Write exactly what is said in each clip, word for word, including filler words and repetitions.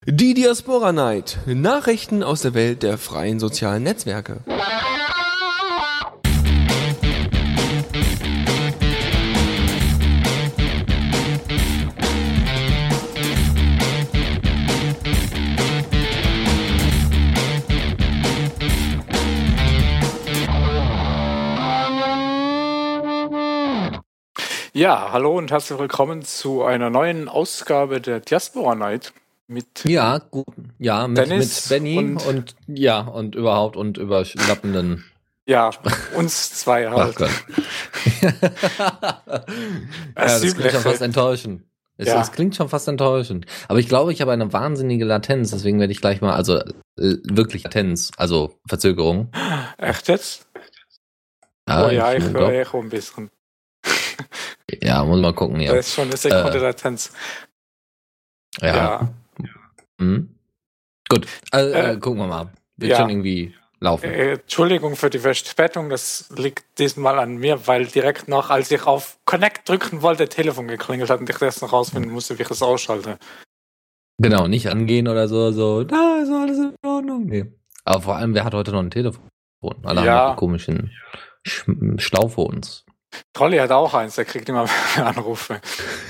Die Diaspora Night. Nachrichten aus der Welt der freien sozialen Netzwerke. Ja, hallo und herzlich willkommen zu einer neuen Ausgabe der Diaspora Night mit ja, gut, ja, mit, Dennis mit Benny und, und ja und überhaupt und überschlappenden. Ja, uns zwei halt. Ach Gott. ja, das klingt schon fast enttäuschend. Es, Ja. es klingt schon fast enttäuschend. Aber ich glaube, ich habe eine wahnsinnige Latenz, deswegen werde ich gleich mal, also äh, wirklich Latenz, also Verzögerung. Echt jetzt? Ja, oh ja, ich, ich höre glaub, Echo ein bisschen. Ja, muss mal gucken, ja. Das ist schon eine Sekunde Äh, Latenz. Ja. Ja. Mhm. Gut, also, äh, Äh, gucken wir mal. Wird ja. schon irgendwie laufen. Äh, Entschuldigung für die Verspätung, das liegt diesmal an mir, weil direkt noch, als ich auf Connect drücken wollte, Telefon geklingelt hat und ich erst noch rausfinden musste, wie ich es ausschalte. Genau, nicht angehen oder so, so, da ist alles in Ordnung. Nee. Aber vor allem, wer hat heute noch ein Telefon? Alle Ja. haben die komischen Sch- Schlauphones. Trolli hat auch eins, der kriegt immer mehr Anrufe.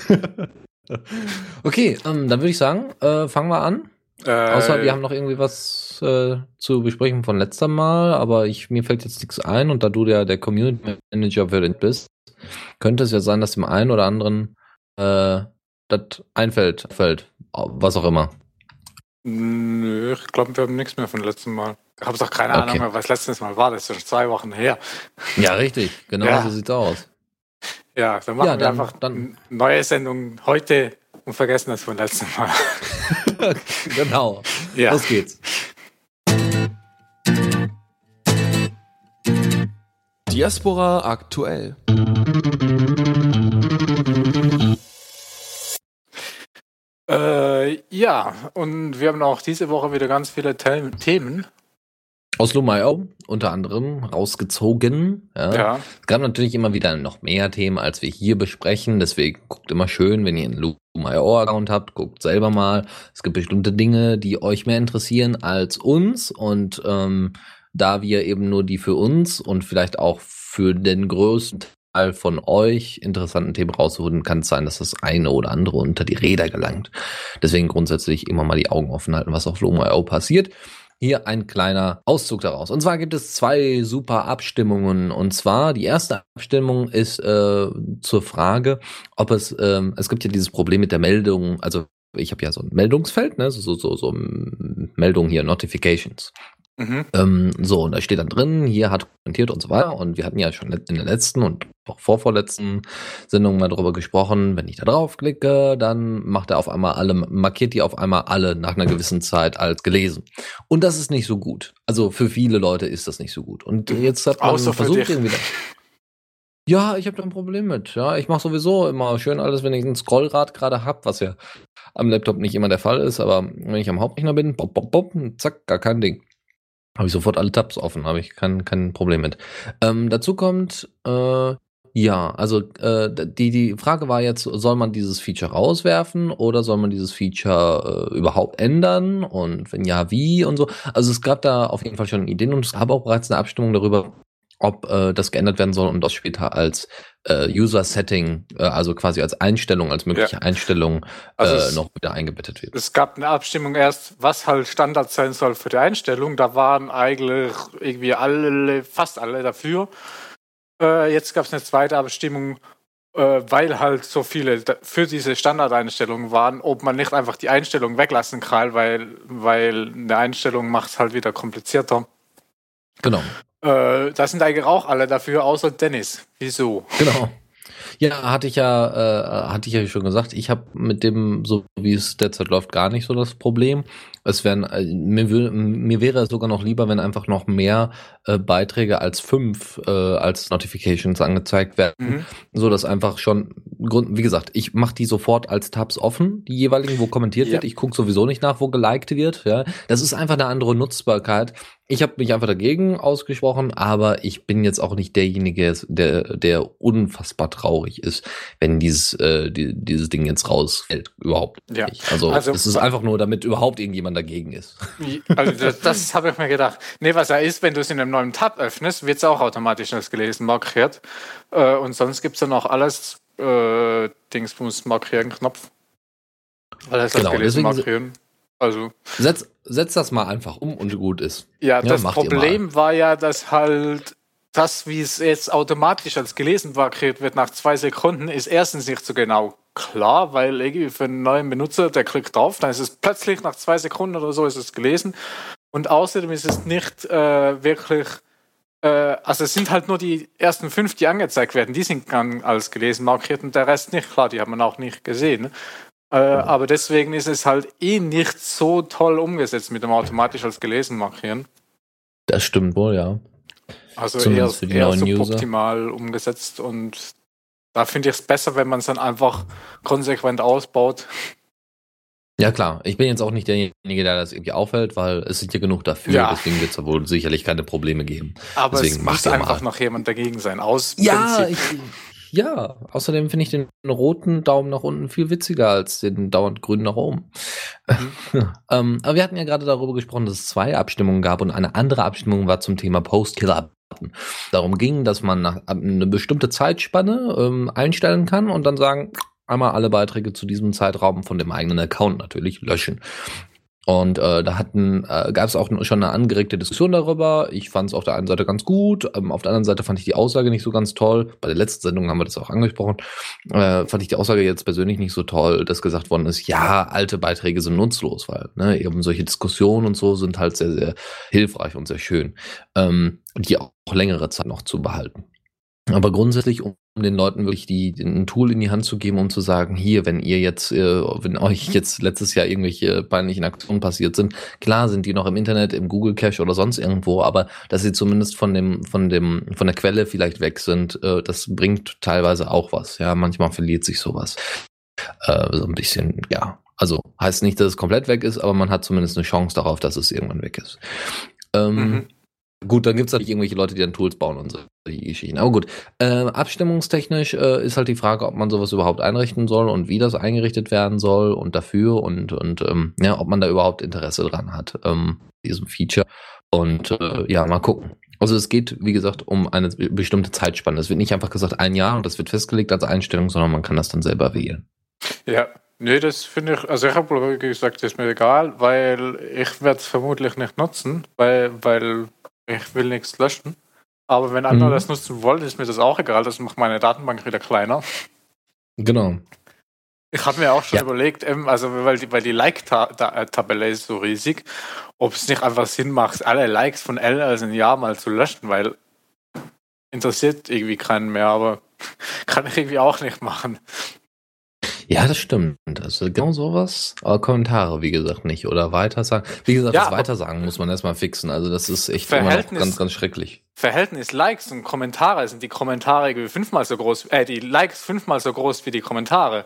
Okay, ähm, dann würde ich sagen, äh, fangen wir an. Äh, Außer wir haben noch irgendwie was äh, zu besprechen von letztem Mal, aber ich, mir fällt jetzt nichts ein und da du der, der Community Manager für den bist, könnte es ja sein, dass dem einen oder anderen äh, das einfällt, fällt, was auch immer. Nö, ich glaube, wir haben nichts mehr von letztem Mal. Ich habe doch keine Okay. Ahnung mehr, was letztes Mal war. Das ist schon zwei Wochen her. Ja, richtig, genau Ja. so sieht's aus. Ja, dann machen Ja, wir dann- einfach dann- eine neue Sendung heute und vergessen das von letztem Mal. Genau, Ja. los geht's. Diaspora aktuell. Äh, ja, und wir haben auch diese Woche wieder ganz viele The- Themen. Aus Lumayo unter anderem rausgezogen. Ja. Ja. Es gab natürlich immer wieder noch mehr Themen, als wir hier besprechen. Deswegen guckt immer schön, wenn ihr einen Lumayo-Account habt, guckt selber mal. Es gibt bestimmte Dinge, die euch mehr interessieren als uns. Und ähm, da wir eben nur die für uns und vielleicht auch für den größten Teil von euch interessanten Themen rausholen, kann es sein, dass das eine oder andere unter die Räder gelangt. Deswegen grundsätzlich immer mal die Augen offen halten, was auf Lumayo passiert. Hier ein kleiner Auszug daraus. Und zwar gibt es zwei super Abstimmungen. Und zwar die erste Abstimmung ist äh, zur Frage, ob es, ähm, es gibt ja dieses Problem mit der Meldung, also ich habe ja so ein Meldungsfeld, ne, so, so, so, so Meldungen hier, Notifications. Mhm. Ähm, so, und da steht dann drin, hier hat kommentiert und so weiter. Und wir hatten ja schon in der letzten und auch vorvorletzten Sendung mal drüber gesprochen, wenn ich da draufklicke, dann macht er auf einmal alle, markiert die auf einmal alle nach einer gewissen Zeit als gelesen. Und das ist nicht so gut. Also für viele Leute ist das nicht so gut. Und jetzt hat man Außer für versucht dich. irgendwie. Ja, ich habe da ein Problem mit. Ja, ich mache sowieso immer schön alles, wenn ich ein Scrollrad gerade hab, was ja am Laptop nicht immer der Fall ist, aber wenn ich am Hauptrechner bin, bop, bop, bop, zack, gar kein Ding. Habe ich sofort alle Tabs offen, habe ich kein, kein Problem mit. Ähm, dazu kommt, äh, ja, also äh, die, die Frage war jetzt, soll man dieses Feature rauswerfen oder soll man dieses Feature äh, überhaupt ändern und wenn ja, wie und so. Also es gab da auf jeden Fall schon Ideen und es gab auch bereits eine Abstimmung darüber, ob äh, das geändert werden soll und das später als äh, User-Setting, äh, also quasi als Einstellung, als mögliche Ja. Einstellung Also äh, es- noch wieder eingebettet wird. Es gab eine Abstimmung erst, was halt Standard sein soll für die Einstellung. Da waren eigentlich irgendwie alle, fast alle dafür. Äh, jetzt gab es eine zweite Abstimmung, äh, weil halt so viele da- für diese Standardeinstellungen waren, ob man nicht einfach die Einstellung weglassen kann, weil, weil eine Einstellung macht es halt wieder komplizierter. Genau. Äh, da sind eigentlich auch alle dafür, außer Dennis. Wieso? Genau. Ja, hatte ich ja, äh, hatte ich ja schon gesagt, ich habe mit dem, so wie es derzeit läuft, gar nicht so das Problem. Es wären, äh, mir, wür- mir wäre es sogar noch lieber, wenn einfach noch mehr äh, Beiträge als fünf äh, als Notifications angezeigt werden, Mhm. so dass einfach schon, Grund, wie gesagt, ich mache die sofort als Tabs offen, die jeweiligen, wo kommentiert Ja. wird. Ich gucke sowieso nicht nach, wo geliked wird. Ja, das ist einfach eine andere Nutzbarkeit. Ich habe mich einfach dagegen ausgesprochen, aber ich bin jetzt auch nicht derjenige, der der unfassbar traurig ist, wenn dieses äh, die, dieses Ding jetzt rausfällt. Überhaupt Ja. nicht. Also, Also- es ist einfach nur, damit überhaupt irgendjemand dagegen ist. Also das, das habe ich mir gedacht. Nee, was er ist, wenn du es in einem neuen Tab öffnest, wird es auch automatisch als gelesen markiert. Äh, und sonst gibt es dann auch alles äh, Dingsbums markieren Knopf. Alles als Genau, gelesen deswegen- markieren. Also Setz, setz das mal einfach um und gut ist. ja, das macht ihr Problem war ja, dass halt das, wie es jetzt automatisch als gelesen markiert wird nach zwei Sekunden, ist erstens nicht so genau klar, weil irgendwie für einen neuen Benutzer, der klickt drauf, dann ist es plötzlich nach zwei Sekunden oder so ist es gelesen. Und außerdem ist es nicht äh, wirklich, äh, also es sind halt nur die ersten fünf, die angezeigt werden, die sind dann als gelesen markiert und der Rest nicht, klar, die hat man auch nicht gesehen. Äh, aber deswegen ist es halt eh nicht so toll umgesetzt mit dem automatisch als gelesen markieren. Das stimmt wohl, ja. Also Zumindest eher, für die eher neuen User. suboptimal umgesetzt und da finde ich es besser, wenn man es dann einfach konsequent ausbaut. Ja klar, ich bin jetzt auch nicht derjenige, der das irgendwie aufhält, weil es sind ja genug dafür, Ja. deswegen wird es wohl sicherlich keine Probleme geben. Aber Deswegen es macht muss ihr einfach mal. noch jemand dagegen sein. Aus Ja, Prinzip. ich, ja, außerdem finde ich den roten Daumen nach unten viel witziger als den dauernd grünen nach oben. ähm, aber wir hatten ja gerade darüber gesprochen, dass es zwei Abstimmungen gab und eine andere Abstimmung war zum Thema Post-Killer-Button. Darum ging, dass man nach eine bestimmte Zeitspanne ähm, einstellen kann und dann sagen, einmal alle Beiträge zu diesem Zeitraum von dem eigenen Account natürlich löschen. Und äh, da hatten äh, gab es auch schon eine angeregte Diskussion darüber. Ich fand es auf der einen Seite ganz gut, ähm, auf der anderen Seite fand ich die Aussage nicht so ganz toll. Bei der letzten Sendung haben wir das auch angesprochen. Äh, fand ich die Aussage jetzt persönlich nicht so toll, dass gesagt worden ist, ja, alte Beiträge sind nutzlos, weil ne, eben solche Diskussionen und so sind halt sehr, sehr hilfreich und sehr schön, ähm, die auch längere Zeit noch zu behalten. Aber grundsätzlich, um den Leuten wirklich die, ein Tool in die Hand zu geben, um zu sagen, hier, wenn ihr jetzt, äh, wenn euch jetzt letztes Jahr irgendwelche peinlichen Aktionen passiert sind, klar sind die noch im Internet, im Google Cache oder sonst irgendwo, aber dass sie zumindest von dem, von dem, von der Quelle vielleicht weg sind, äh, das bringt teilweise auch was. Ja, manchmal verliert sich sowas. Äh, so ein bisschen, ja. Also heißt nicht, dass es komplett weg ist, aber man hat zumindest eine Chance darauf, dass es irgendwann weg ist. Ähm, Mhm. Gut, dann gibt's natürlich irgendwelche Leute, die dann Tools bauen und solche Geschichten. Aber gut, äh, abstimmungstechnisch äh, ist halt die Frage, ob man sowas überhaupt einrichten soll und wie das eingerichtet werden soll und dafür und und ähm, ja, ob man da überhaupt Interesse dran hat, ähm, diesem Feature. Und äh, ja, mal gucken. Also es geht, wie gesagt, um eine bestimmte Zeitspanne. Es wird nicht einfach gesagt ein Jahr und das wird festgelegt als Einstellung, sondern man kann das dann selber wählen. Ja, nee, das finde ich, also ich habe gesagt, das ist mir egal, weil ich werde es vermutlich nicht nutzen, weil, weil ich will nichts löschen. Aber wenn andere Mhm. das nutzen wollen, ist mir das auch egal, das macht meine Datenbank wieder kleiner. Genau. Ich habe mir auch schon Ja. überlegt, ähm, also weil die, weil die Like-Tabelle ist so riesig, ob es nicht einfach Sinn macht, alle Likes von älter als ein Jahr mal zu löschen, weil interessiert irgendwie keinen mehr, aber kann ich irgendwie auch nicht machen. Ja, das stimmt. Also genau sowas. Aber Kommentare, wie gesagt, nicht. Oder Weitersagen. Wie gesagt, Ja, das aber- Weitersagen muss man erstmal fixen. Also das ist echt immer noch Verhältnis- ganz, ganz schrecklich. Verhältnis Likes und Kommentare sind die Kommentare irgendwie fünfmal so groß, äh, die Likes fünfmal so groß wie die Kommentare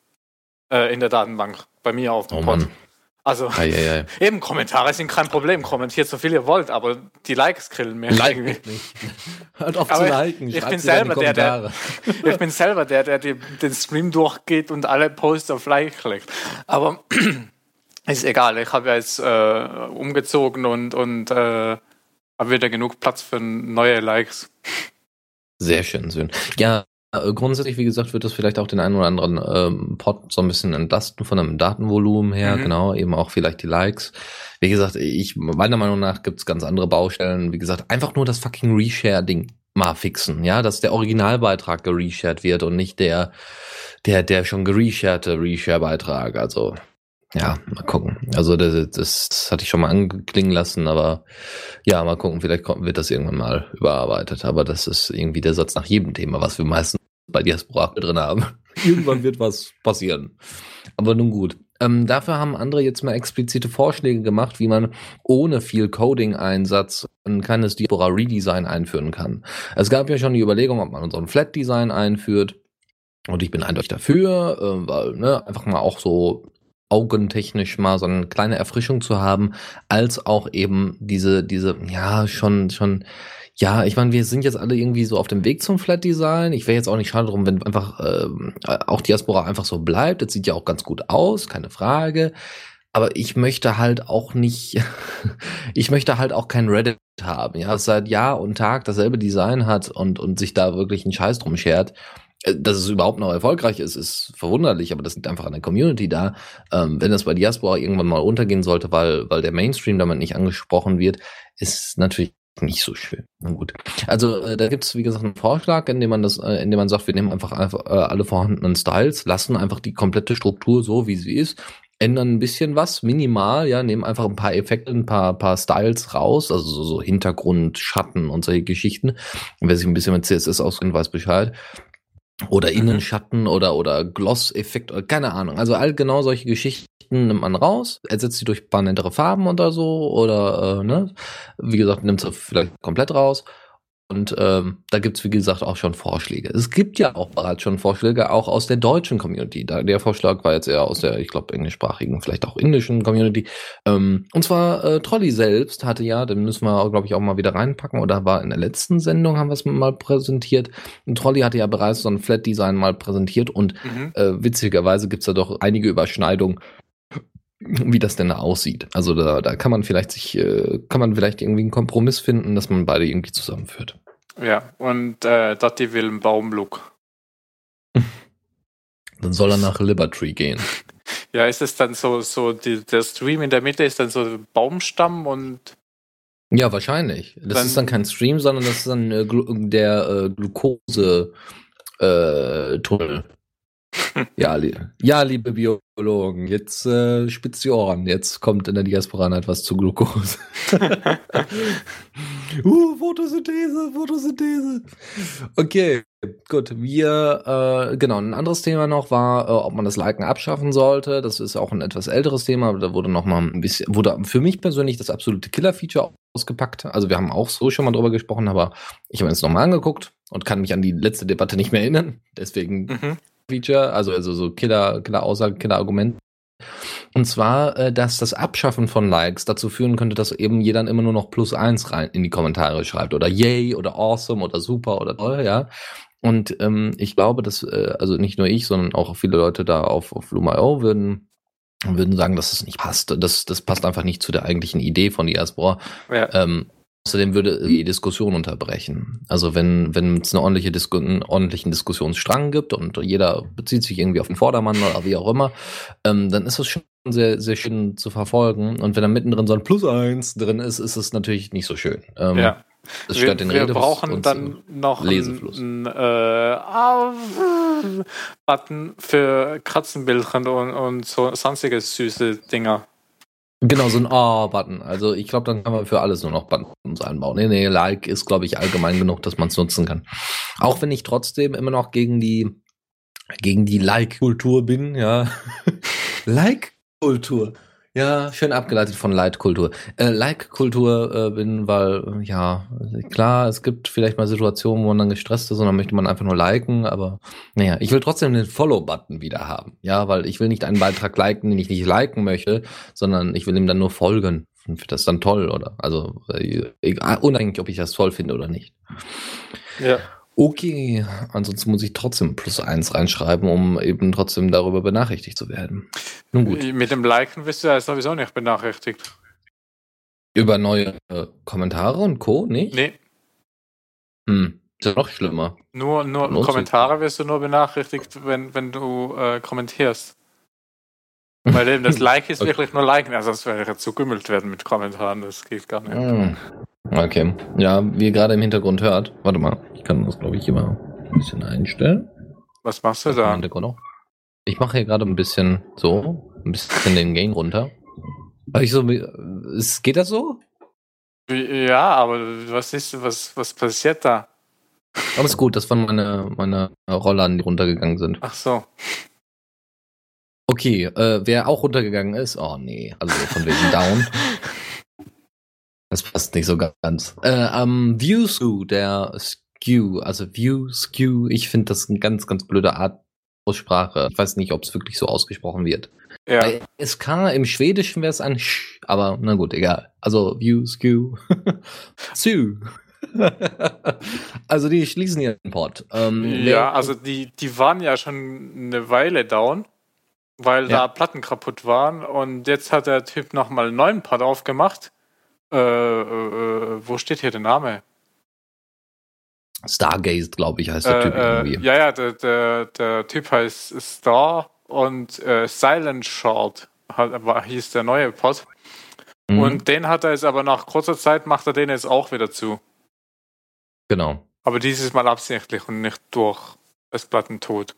äh, in der Datenbank bei mir auf dem Oh Pod. Mann. Also Eieiei. eben Kommentare sind kein Problem, kommentiert so viel ihr wollt, aber die Likes killen mir Like irgendwie. nicht. Hört auf Aber zu liken. ich Schreibt bin sie da in die selber der, der- Kommentare. Ich bin selber der, der die, den Stream durchgeht und alle Posts auf Like klickt. Aber ist egal, ich habe ja jetzt äh, umgezogen und, und äh, habe wieder genug Platz für neue Likes. Sehr schön, schön. Ja, äh, grundsätzlich, wie gesagt, wird das vielleicht auch den einen oder anderen ähm, Pod so ein bisschen entlasten von einem Datenvolumen her. Mhm. Genau, eben auch vielleicht die Likes. Wie gesagt, ich meiner Meinung nach gibt's ganz andere Baustellen. Wie gesagt, einfach nur das fucking Reshare-Ding mal fixen, ja, dass der Originalbeitrag gereshared wird und nicht der, der, der schon geresharete Reshare-Beitrag. Also, ja, mal gucken. Also, das, das hatte ich schon mal anklingen lassen, aber ja, mal gucken, vielleicht kommt, wird das irgendwann mal überarbeitet. Aber das ist irgendwie der Satz nach jedem Thema, was wir meistens bei Diaspora drin haben. Irgendwann wird was passieren. Aber nun gut. Ähm, dafür haben andere jetzt mal explizite Vorschläge gemacht, wie man ohne viel Coding-Einsatz ein kleines Diaspora-Redesign einführen kann. Es gab ja schon die Überlegung, ob man so ein Flat-Design einführt. Und ich bin eindeutig dafür, äh, weil ne, einfach mal auch so augentechnisch mal so eine kleine Erfrischung zu haben, als auch eben diese, diese, ja, schon, schon, ja, ich meine, wir sind jetzt alle irgendwie so auf dem Weg zum Flat Design. Ich wäre jetzt auch nicht schade drum, wenn einfach ähm, auch Diaspora einfach so bleibt. Das sieht ja auch ganz gut aus, keine Frage. Aber ich möchte halt auch nicht, ich möchte halt auch kein Reddit haben, ja, das seit Jahr und Tag dasselbe Design hat und, und sich da wirklich einen Scheiß drum schert. Dass es überhaupt noch erfolgreich ist, ist verwunderlich, aber das liegt einfach an der Community da. Ähm, wenn das bei Diaspora irgendwann mal untergehen sollte, weil, weil der Mainstream damit nicht angesprochen wird, ist natürlich nicht so schön. Na gut. Also äh, da gibt's wie gesagt einen Vorschlag, in dem man das, äh, in dem man sagt, wir nehmen einfach, einfach äh, alle vorhandenen Styles, lassen einfach die komplette Struktur so, wie sie ist, ändern ein bisschen was, minimal, ja, nehmen einfach ein paar Effekte, ein paar, paar Styles raus, also so, so Hintergrund, Schatten und solche Geschichten. Und wer sich ein bisschen mit C S S auskennt, weiß Bescheid. Oder Innenschatten oder, oder Gloss-Effekt, oder keine Ahnung. Also all genau solche Geschichten nimmt man raus, ersetzt sie durch ein paar nettere Farben oder so, oder, äh, ne, wie gesagt, nimmt sie vielleicht komplett raus. Und ähm, da gibt's wie gesagt, auch schon Vorschläge. Es gibt ja auch bereits schon Vorschläge, auch aus der deutschen Community. Da, der Vorschlag war jetzt eher aus der, ich glaube, englischsprachigen, vielleicht auch indischen Community. Ähm, und zwar äh, Trolli selbst hatte ja, den müssen wir, glaube ich, auch mal wieder reinpacken, oder war in der letzten Sendung, haben wir es mal präsentiert. Und Trolli hatte ja bereits so ein Flat-Design mal präsentiert und mhm. äh, witzigerweise gibt's da doch einige Überschneidungen, wie das denn da aussieht. Also da, da kann man vielleicht sich, äh, kann man vielleicht irgendwie einen Kompromiss finden, dass man beide irgendwie zusammenführt. Ja, und äh, Dati will einen Baumlook. Dann soll er nach Libertree gehen. Ja, ist es dann so, so die, der Stream in der Mitte ist dann so ein Baumstamm und ja, wahrscheinlich. Das dann ist dann kein Stream, sondern das ist dann äh, Glu- der äh, Glukose äh, Tunnel. Ja, li- ja, liebe Biologen, jetzt äh, spitzt die Ohren. Jetzt kommt in der Diaspora etwas zu Glucose. uh, Photosynthese, Photosynthese. Okay, gut. Wir, äh, genau, ein anderes Thema noch war, äh, ob man das Liken abschaffen sollte. Das ist auch ein etwas älteres Thema, aber da wurde noch mal ein bisschen, wurde für mich persönlich das absolute Killer-Feature ausgepackt. Also wir haben auch so schon mal drüber gesprochen, aber ich habe mir das nochmal angeguckt und kann mich an die letzte Debatte nicht mehr erinnern. Deswegen mhm. Feature, also, also so Killer, Killer-Aussage, Killer-Argument. Und zwar, äh, dass das Abschaffen von Likes dazu führen könnte, dass eben jeder immer nur noch plus eins rein in die Kommentare schreibt. Oder yay, oder awesome, oder super, oder toll, ja. Und ähm, ich glaube, dass, äh, also nicht nur ich, sondern auch viele Leute da auf, auf Luma Punkt io würden, würden sagen, dass es nicht passt. Das, das passt einfach nicht zu der eigentlichen Idee von Diaspora. Ja. Ähm, Außerdem würde die Diskussion unterbrechen. Also wenn wenn es eine ordentliche Disku- einen ordentlichen Diskussionsstrang gibt und jeder bezieht sich irgendwie auf den Vordermann oder wie auch immer, ähm, dann ist das schon sehr sehr schön zu verfolgen. Und wenn da mittendrin so ein Plus eins drin ist, ist es natürlich nicht so schön. Ähm, ja. Das stört wir, den wir Redefluss brauchen und dann noch Lesefluss. einen äh, Button für Katzenbildchen und, und so sonstige süße Dinger. Genau, so ein Oh-Button. Also ich glaube, dann kann man für alles nur noch Buttons einbauen. Nee, nee, Like ist, glaube ich, allgemein genug, dass man es nutzen kann. Auch wenn ich trotzdem immer noch gegen die gegen die Like-Kultur bin, ja. Like-Kultur. Ja, schön abgeleitet von Like-Kultur. Äh, Like-Kultur äh, bin, weil, ja, klar, es gibt vielleicht mal Situationen, wo man dann gestresst ist und dann möchte man einfach nur liken, aber naja, ich will trotzdem den Follow-Button wieder haben. Ja, weil ich will nicht einen Beitrag liken, den ich nicht liken möchte, sondern ich will ihm dann nur folgen. Und finde das dann toll, oder? Also, äh, egal, unabhängig, ob ich das toll finde oder nicht. Ja. Okay, ansonsten muss ich trotzdem plus eins reinschreiben, um eben trotzdem darüber benachrichtigt zu werden. Nun gut. Mit dem Liken wirst du ja sowieso nicht benachrichtigt. Über neue äh, Kommentare und Co. nicht? Nee. Hm, ist ja noch schlimmer. Nur, nur Kommentare wirst du nur benachrichtigt, wenn, wenn du äh, kommentierst. Weil eben das Like ist okay. Wirklich nur Liken, also das wäre ja zugümmelt werden mit Kommentaren, das geht gar nicht. Hm. Okay, ja, wie ihr gerade im Hintergrund hört, warte mal, ich kann das, glaube ich, immer ein bisschen einstellen. Was machst du da? Ich mache hier gerade ein bisschen so, ein bisschen den Gain runter. Ich so, ist, geht das so? Ja, aber was ist, was, was passiert da? Alles gut, das waren meine, meine Rollern, die runtergegangen sind. Ach so. Okay, äh, wer auch runtergegangen ist, oh nee, also von wegen down. Das passt nicht so ganz. Äh, ähm, View-Skew, der Skew, also View-Skew, ich finde das eine ganz, ganz blöde Art Aussprache. Ich weiß nicht, ob es wirklich so ausgesprochen wird. Ja. Bei S K im Schwedischen wäre es ein Sch, aber na gut, egal. Also View, Skew, Zu. Also die schließen ihren Port. Ähm, Ja, wer- also die, die waren ja schon eine Weile down, weil Ja. da Platten kaputt waren und jetzt hat der Typ nochmal einen neuen Port aufgemacht. Äh, äh, äh, wo steht hier der Name? Stargaze, glaube ich, heißt der Äh, Typ äh, irgendwie. ja, ja, der, der, der Typ heißt Star und äh, Silent Shard hat, war, hieß der neue Pod. Mhm, Und den hat er jetzt aber nach kurzer Zeit, macht er den jetzt auch wieder zu. genau. Aber dieses Mal absichtlich und nicht durch Festplattentod.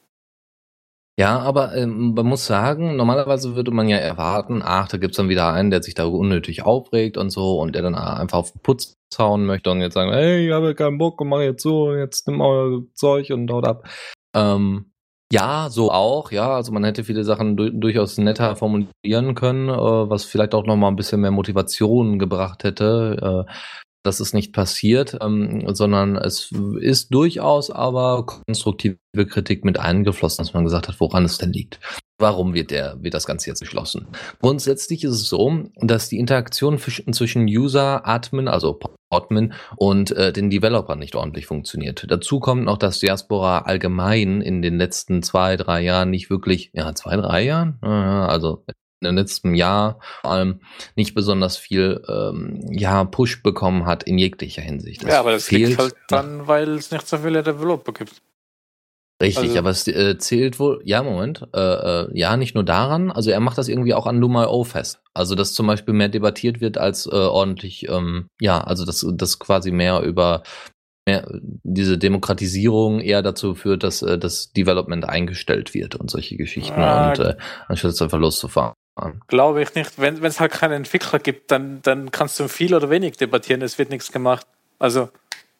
Ja, aber ähm, man muss sagen, normalerweise würde man ja erwarten, ach, da gibt's dann wieder einen, der sich da unnötig aufregt und so und der dann einfach auf den Putz hauen möchte und jetzt sagen, hey, ich habe keinen Bock und mach jetzt so, jetzt nimm euer Zeug und haut ab. Ähm, ja, so auch, ja, also man hätte viele Sachen du durchaus netter formulieren können, äh, was vielleicht auch nochmal ein bisschen mehr Motivation gebracht hätte, äh, das ist nicht passiert, ähm, sondern es ist durchaus aber konstruktive Kritik mit eingeflossen, dass man gesagt hat, woran es denn liegt. Warum wird der, wird das Ganze jetzt geschlossen? Grundsätzlich ist es so, dass die Interaktion zwischen User, Admin, also Admin und äh, den Developern nicht ordentlich funktioniert. Dazu kommt noch, dass Diaspora allgemein in den letzten zwei, drei Jahren nicht wirklich, ja, zwei, drei Jahren, also im letzten Jahr vor allem nicht besonders viel ähm, ja, Push bekommen hat in jeglicher Hinsicht. Ja, aber das fehlt liegt halt dann, weil es nicht so viele Developer gibt. Richtig, also- aber es äh, zählt wohl, ja, Moment, äh, äh, ja, nicht nur daran, also er macht das irgendwie auch an Luma Punkt io fest. Also, dass zum Beispiel mehr debattiert wird als äh, ordentlich, ähm, ja, also dass das quasi mehr über mehr, diese Demokratisierung eher dazu führt, dass äh, das Development eingestellt wird und solche Geschichten Ah, und äh, anstatt es einfach loszufahren. Glaube ich nicht. Wenn es halt keine Entwickler gibt, dann, dann kannst du viel oder wenig debattieren, es wird nichts gemacht. Also,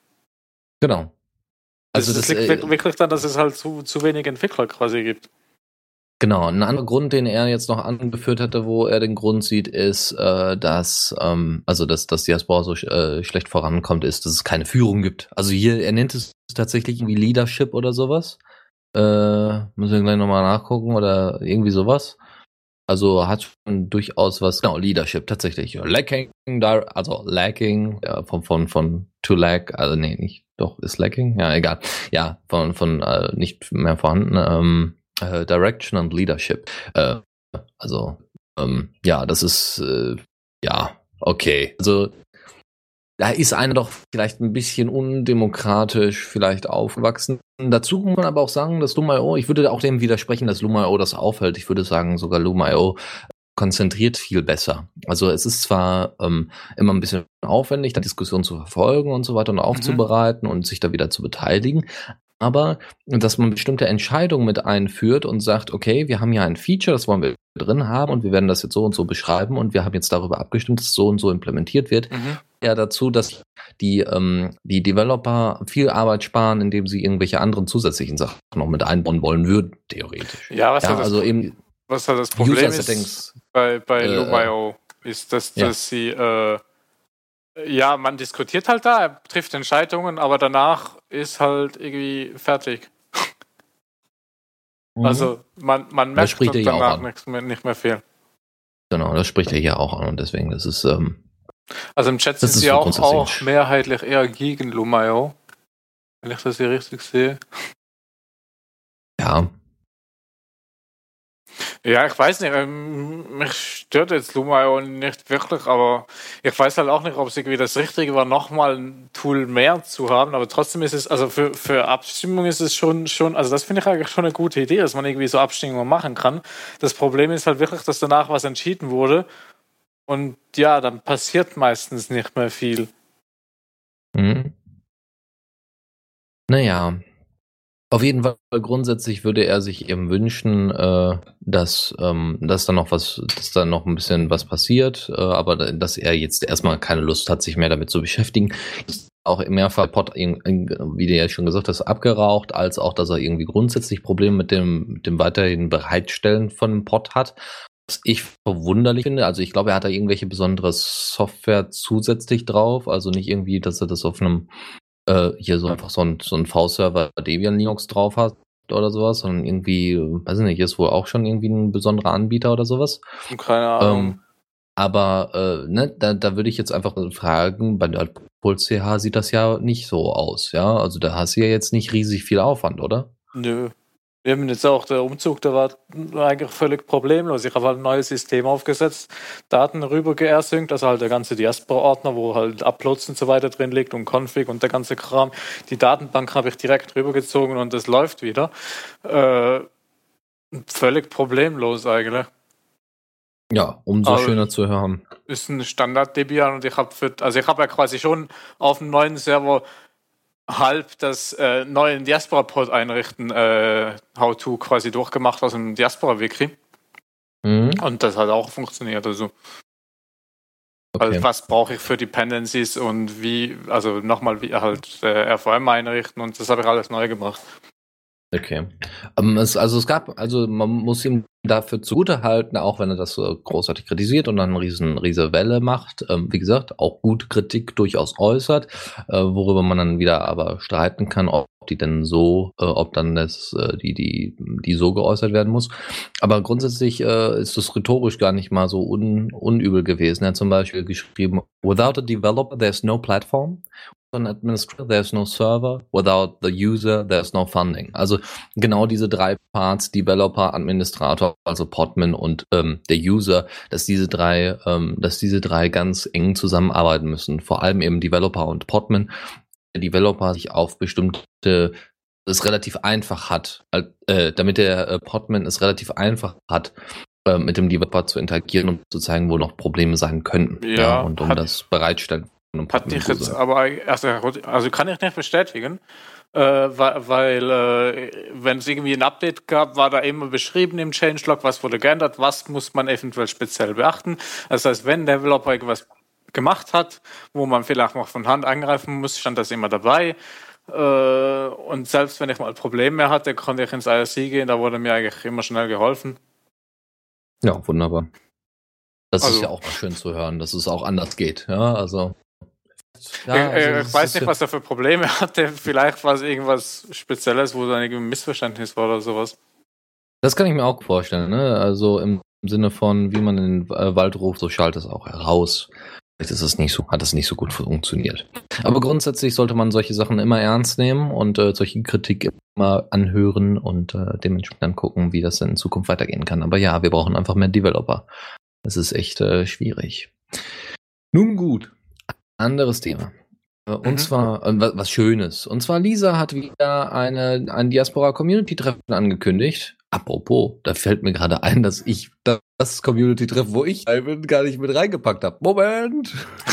Genau. also Also das, das, liegt äh, wirklich daran, dass es halt zu, zu wenig Entwickler quasi gibt. Genau, ein anderer Grund, den er jetzt noch angeführt hatte, wo er den Grund sieht, ist, äh, dass, ähm, also dass, dass Diaspora so äh, schlecht vorankommt, ist, dass es keine Führung gibt. Also hier, er nennt es tatsächlich irgendwie Leadership oder sowas. Äh, müssen wir gleich nochmal nachgucken oder irgendwie sowas. Also hat schon durchaus was, genau, Leadership tatsächlich. Lacking, also lacking, ja, von, von, von to lack, also nee, nicht, doch, ist lacking, ja, egal. Ja, von, von äh, nicht mehr vorhanden, ähm, äh, Direction und Leadership. Äh, also, ähm, ja, das ist, äh, ja, okay. Also, da ist einer doch vielleicht ein bisschen undemokratisch vielleicht aufgewachsen. Dazu muss man aber auch sagen, dass Luma Punkt io, ich würde auch dem widersprechen, dass Luma Punkt io das aufhält. Ich würde sagen, sogar Luma Punkt io konzentriert viel besser. Also es ist zwar ähm, immer ein bisschen aufwendig, da Diskussionen zu verfolgen und so weiter und aufzubereiten mhm. und sich da wieder zu beteiligen, aber dass man bestimmte Entscheidungen mit einführt und sagt, okay, wir haben ja ein Feature, das wollen wir drin haben und wir werden das jetzt so und so beschreiben und wir haben jetzt darüber abgestimmt, dass es so und so implementiert wird, mhm. ja dazu, dass die ähm, die Developer viel Arbeit sparen, indem sie irgendwelche anderen zusätzlichen Sachen noch mit einbauen wollen würden, theoretisch. Ja, was ja, halt das, also eben was halt das Problem ist bei, bei äh, Luma Punkt io, ist, dass, ja. dass sie äh, ja, man diskutiert halt da, er trifft Entscheidungen, aber danach ist halt irgendwie fertig. Mhm. Also man, man merkt spricht er danach nichts mehr, nicht mehr viel. Genau, das spricht er hier auch an und deswegen, das ist ähm, also im Chat sind sie auch, auch mehrheitlich eher gegen Luma Punkt io, wenn ich das hier richtig sehe. Ja. Ja, ich weiß nicht, ähm, mich stört jetzt Luma Punkt io nicht wirklich, aber ich weiß halt auch nicht, ob es irgendwie das Richtige war, nochmal ein Tool mehr zu haben, aber trotzdem ist es, also für, für Abstimmung ist es schon, schon, also das finde ich eigentlich schon eine gute Idee, dass man irgendwie so Abstimmungen machen kann. Das Problem ist halt wirklich, dass danach was entschieden wurde und ja, dann passiert meistens nicht mehr viel. Mhm. Naja. Auf jeden Fall grundsätzlich würde er sich eben wünschen, äh, dass, ähm, dass da noch was, dass da noch ein bisschen was passiert, äh, aber dass er jetzt erstmal keine Lust hat, sich mehr damit zu beschäftigen. Ist auch mehrfach Pod, wie du ja schon gesagt hast, abgeraucht, als auch, dass er irgendwie grundsätzlich Probleme mit dem, mit dem weiterhin Bereitstellen von dem Pod hat. Was ich verwunderlich finde, also ich glaube, er hat da irgendwelche besondere Software zusätzlich drauf, also nicht irgendwie, dass er das auf einem hier so einfach so ein, so ein V-Server Debian Linux drauf hat, oder sowas, sondern irgendwie, weiß ich nicht, ist wohl auch schon irgendwie ein besonderer Anbieter oder sowas. Keine Ahnung. Ähm, aber äh, ne, da, da würde ich jetzt einfach fragen, bei Nerdpult C H sieht das ja nicht so aus, ja? Also da hast du ja jetzt nicht riesig viel Aufwand, oder? Nö. Wir haben jetzt auch, der Umzug, der war eigentlich völlig problemlos. Ich habe halt ein neues System aufgesetzt, Daten rüber geersynkt, also halt der ganze Diaspora-Ordner, wo halt Uploads und so weiter drin liegt und Config und der ganze Kram. Die Datenbank habe ich direkt rübergezogen und das läuft wieder. Äh, völlig problemlos eigentlich. Ja, umso Aber schöner zu hören. ist ein Standard-Debian und ich habe für, also ich habe ja quasi schon auf dem neuen Server halb das äh, neue Diaspora-Pod einrichten, äh, How-To quasi durchgemacht aus dem Diaspora-Wiki. Mhm. Und das hat auch funktioniert. Also, Okay. also was brauche ich für Dependencies und wie, also nochmal wie halt äh, R V M einrichten und das habe ich alles neu gemacht. Okay. Ähm, es, also es gab, also man muss ihm dafür zugute halten, auch wenn er das äh, großartig kritisiert und dann eine riesen, riese Welle macht. Ähm, wie gesagt, auch gute Kritik durchaus äußert, äh, worüber man dann wieder aber streiten kann, ob die denn so, äh, ob dann das, äh, die, die, die so geäußert werden muss. Aber grundsätzlich äh, ist das rhetorisch gar nicht mal so un, unübel gewesen. Er hat zum Beispiel geschrieben, without a developer, there's no platform. An administrator, there's no server. Without the user, there's no funding. Also genau diese drei Parts, Developer, Administrator, also Podman und ähm, der User, dass diese drei, ähm, dass diese drei ganz eng zusammenarbeiten müssen. Vor allem eben Developer und Podman. Der Developer sich auf bestimmte, es relativ einfach hat, äh, damit der äh, Podman es relativ einfach hat, äh, mit dem Developer zu interagieren und zu zeigen, wo noch Probleme sein könnten. Ja, Ja, und um hat- das bereitstellen. von einem Hatte ich Podman-User. jetzt aber, also, also kann ich nicht bestätigen, äh, weil, weil äh, wenn es irgendwie ein Update gab, war da immer beschrieben im Changelog, was wurde geändert, was muss man eventuell speziell beachten. Das heißt, wenn der Developer irgendwas gemacht hat, wo man vielleicht noch von Hand angreifen muss, stand das immer dabei. Äh, und selbst wenn ich mal Probleme hatte, konnte ich ins I R C gehen, da wurde mir eigentlich immer schnell geholfen. Ja, wunderbar. Das Also- ist ja auch mal schön zu hören, dass es auch anders geht. Ja, also. Ja, ich also ich das weiß ist nicht, ja- was er für Probleme hatte. Vielleicht war es irgendwas Spezielles, wo da ein Missverständnis war oder sowas. Das kann ich mir auch vorstellen, ne? Also im Sinne von, wie man in den äh, Wald ruft, so schallt es auch heraus. Vielleicht ist es nicht so, hat es nicht so gut funktioniert. Aber grundsätzlich sollte man solche Sachen immer ernst nehmen und äh, solche Kritik immer anhören und äh, dementsprechend dann gucken, wie das in Zukunft weitergehen kann. Aber ja, wir brauchen einfach mehr Developer. Das ist echt äh, schwierig. Nun gut, anderes Thema. Äh, Und Mhm. zwar äh, was, was Schönes. Und zwar Lisa hat wieder eine, ein Diaspora-Community-Treffen angekündigt. Apropos, da fällt mir gerade ein, dass ich das Community-Treffen, wo ich dabei bin, gar nicht mit reingepackt habe. Moment!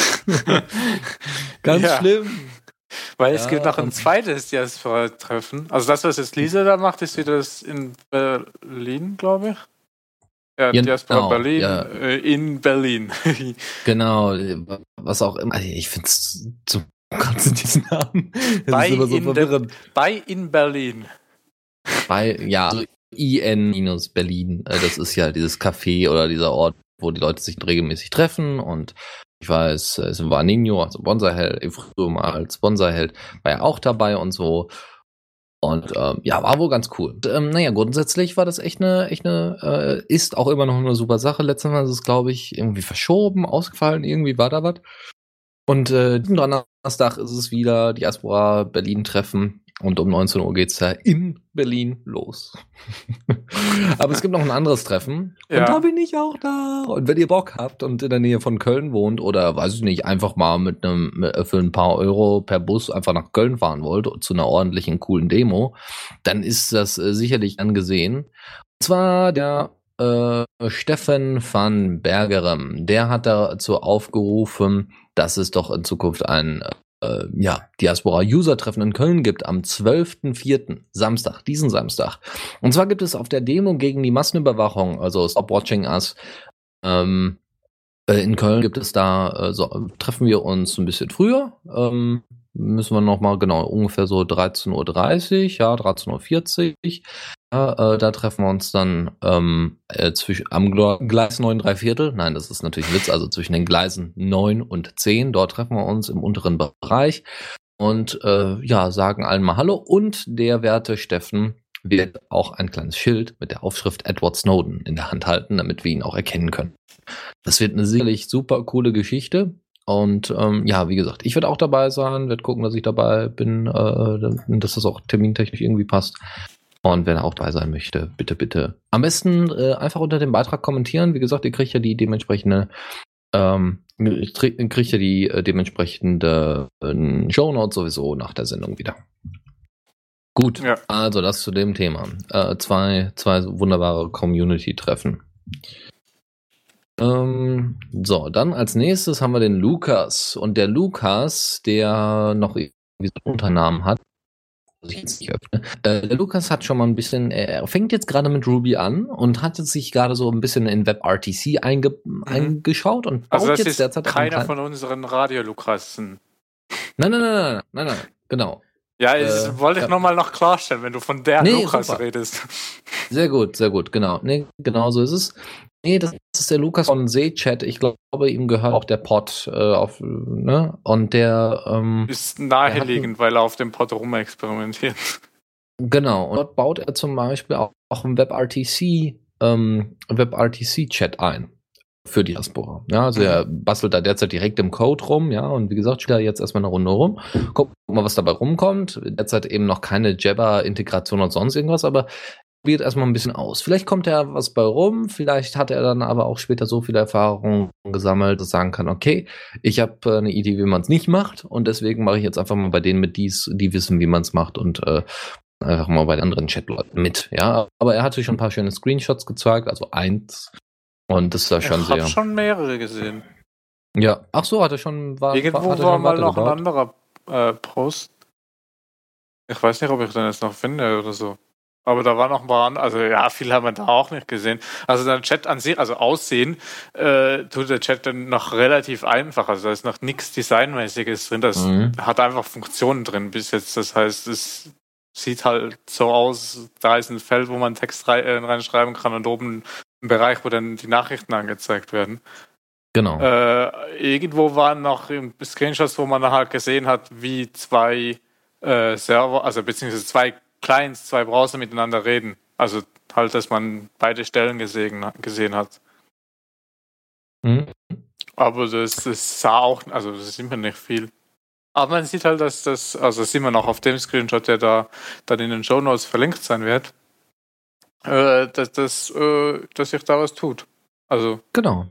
Ganz Ja. schlimm. Weil es Ja, gibt noch ein und- zweites Diaspora-Treffen. Also das, was jetzt Lisa da macht, ist wieder das in Berlin, glaube ich. Ja, Genau, Diaspora Berlin ja. äh, in Berlin. Genau, was auch immer. Ich finde es zum Kotzen diesen Namen. Das Bei ist immer so in der- verwirrend. Bei in Berlin. Bei, ja, also I N-Berlin, äh, das ist ja dieses Café oder dieser Ort, wo die Leute sich regelmäßig treffen und ich weiß, es war Nino, also Bonsai-Held, früher mal als Bonsai-Held, war ja auch dabei und so. Und ähm, ja, war wohl ganz cool. Und, ähm, naja, grundsätzlich war das echt eine, echt eine, äh, ist auch immer noch eine super Sache. Letztes Mal ist es, glaube ich, irgendwie verschoben, ausgefallen, irgendwie war da was. Und äh, diesen Donnerstag ist es wieder Diaspora Berlin Treffen und um neunzehn Uhr geht's da in Berlin los. Aber es gibt noch ein anderes Treffen Ja. und da bin ich auch da. Und wenn ihr Bock habt und in der Nähe von Köln wohnt oder weiß ich nicht, einfach mal mit einem mit, für ein paar Euro per Bus einfach nach Köln fahren wollt zu einer ordentlichen, coolen Demo, dann ist das äh, sicherlich angesehen. Und zwar der äh, Steffen van Bergerem, der hat dazu aufgerufen, dass es doch in Zukunft ein äh, ja, Diaspora-User-Treffen in Köln gibt am zwölften vierten Samstag, diesen Samstag. Und zwar gibt es auf der Demo gegen die Massenüberwachung, also Stop Watching Us, ähm, äh, in Köln gibt es da, äh, so, treffen wir uns ein bisschen früher, ähm, müssen wir nochmal, genau, ungefähr so dreizehn Uhr dreißig, ja, dreizehn Uhr vierzig. Ja, äh, da treffen wir uns dann ähm, äh, zwischen, am Glo- Gleis neun drei Viertel. Nein, das ist natürlich ein Witz, also zwischen den Gleisen neun und zehn. Dort treffen wir uns im unteren Bereich und äh, ja, sagen allen mal Hallo. Und der werte Steffen wird auch ein kleines Schild mit der Aufschrift Edward Snowden in der Hand halten, damit wir ihn auch erkennen können. Das wird eine sicherlich super coole Geschichte. Und ähm, ja, wie gesagt, ich werde auch dabei sein, werde gucken, dass ich dabei bin, äh, dass das auch termintechnisch irgendwie passt. Und wer auch dabei sein möchte, bitte, bitte. Am besten äh, einfach unter dem Beitrag kommentieren. Wie gesagt, ihr kriegt ja die dementsprechende, ähm, kriegt ja die äh, dementsprechende äh, Shownotes sowieso nach der Sendung wieder. Gut, ja. Also das zu dem Thema. Äh, zwei, zwei wunderbare Community-Treffen. Ähm, so, dann als nächstes haben wir den Lukas. Und der Lukas, der noch irgendwie so einen Unternamen hat, muss ich jetzt nicht öffnen. Äh, der Lukas hat schon mal ein bisschen, er fängt jetzt gerade mit Ruby an und hat jetzt sich gerade so ein bisschen in WebRTC einge, mhm. eingeschaut und baut also das jetzt ist derzeit keiner von unseren Radio-Lukasen. Nein, nein, nein, nein, nein, nein, genau. Ja, das äh, wollte ich ja. nochmal noch klarstellen, wenn du von der nee, Lukas super. redest. Sehr gut, sehr gut, genau. Nee, genau so ist es. Nee, das ist der Lukas von Seechat. Ich glaube, ihm gehört auch der Pod äh, auf, ne? Und der ähm, ist naheliegend, weil er auf dem Pod rumexperimentiert. Genau, und dort baut er zum Beispiel auch, auch einen WebRTC, ähm, WebRTC-Chat ein für die Diaspora. Ja, also er bastelt da derzeit direkt im Code rum, ja, und wie gesagt, spielt da jetzt erstmal eine Runde rum. Gucken wir mal, was dabei rumkommt. Derzeit eben noch keine Jabber-Integration und sonst irgendwas, aber probiert erstmal ein bisschen aus. Vielleicht kommt ja was bei rum, vielleicht hat er dann aber auch später so viele Erfahrungen gesammelt, dass er sagen kann, okay, ich habe äh, eine Idee, wie man es nicht macht und deswegen mache ich jetzt einfach mal bei denen mit, die's, die wissen, wie man es macht und äh, einfach mal bei den anderen Chatleuten mit. Ja, aber er hatte schon ein paar schöne Screenshots gezeigt, also eins und das war schon ich sehr... Ich habe schon mehrere gesehen. Ja, ach so, hat er schon... War, Irgendwo hat er war schon mal noch gebaut? ein anderer äh, Post. Ich weiß nicht, ob ich den jetzt noch finde oder so. Aber da war noch ein paar andere, also ja, viel haben wir da auch nicht gesehen. Also der Chat an sich, also Aussehen, äh, tut der Chat dann noch relativ einfach. Also da ist noch nichts Designmäßiges drin. Das mhm. hat einfach Funktionen drin bis jetzt. Das heißt, es sieht halt so aus, da ist ein Feld, wo man Text rein, äh, reinschreiben kann und oben ein Bereich, wo dann die Nachrichten angezeigt werden. Genau. Äh, irgendwo waren noch Screenshots, wo man halt gesehen hat, wie zwei äh, Server, also beziehungsweise zwei Clients, zwei Browser miteinander reden. Also halt, dass man beide Stellen gesehen, gesehen hat. Mhm. Aber das, das sah auch, also das ist immer nicht viel. Aber man sieht halt, dass das, also das sieht man auch auf dem Screenshot, der da dann in den Shownotes verlinkt sein wird, äh, dass, dass, äh, dass sich da was tut. Also. Genau.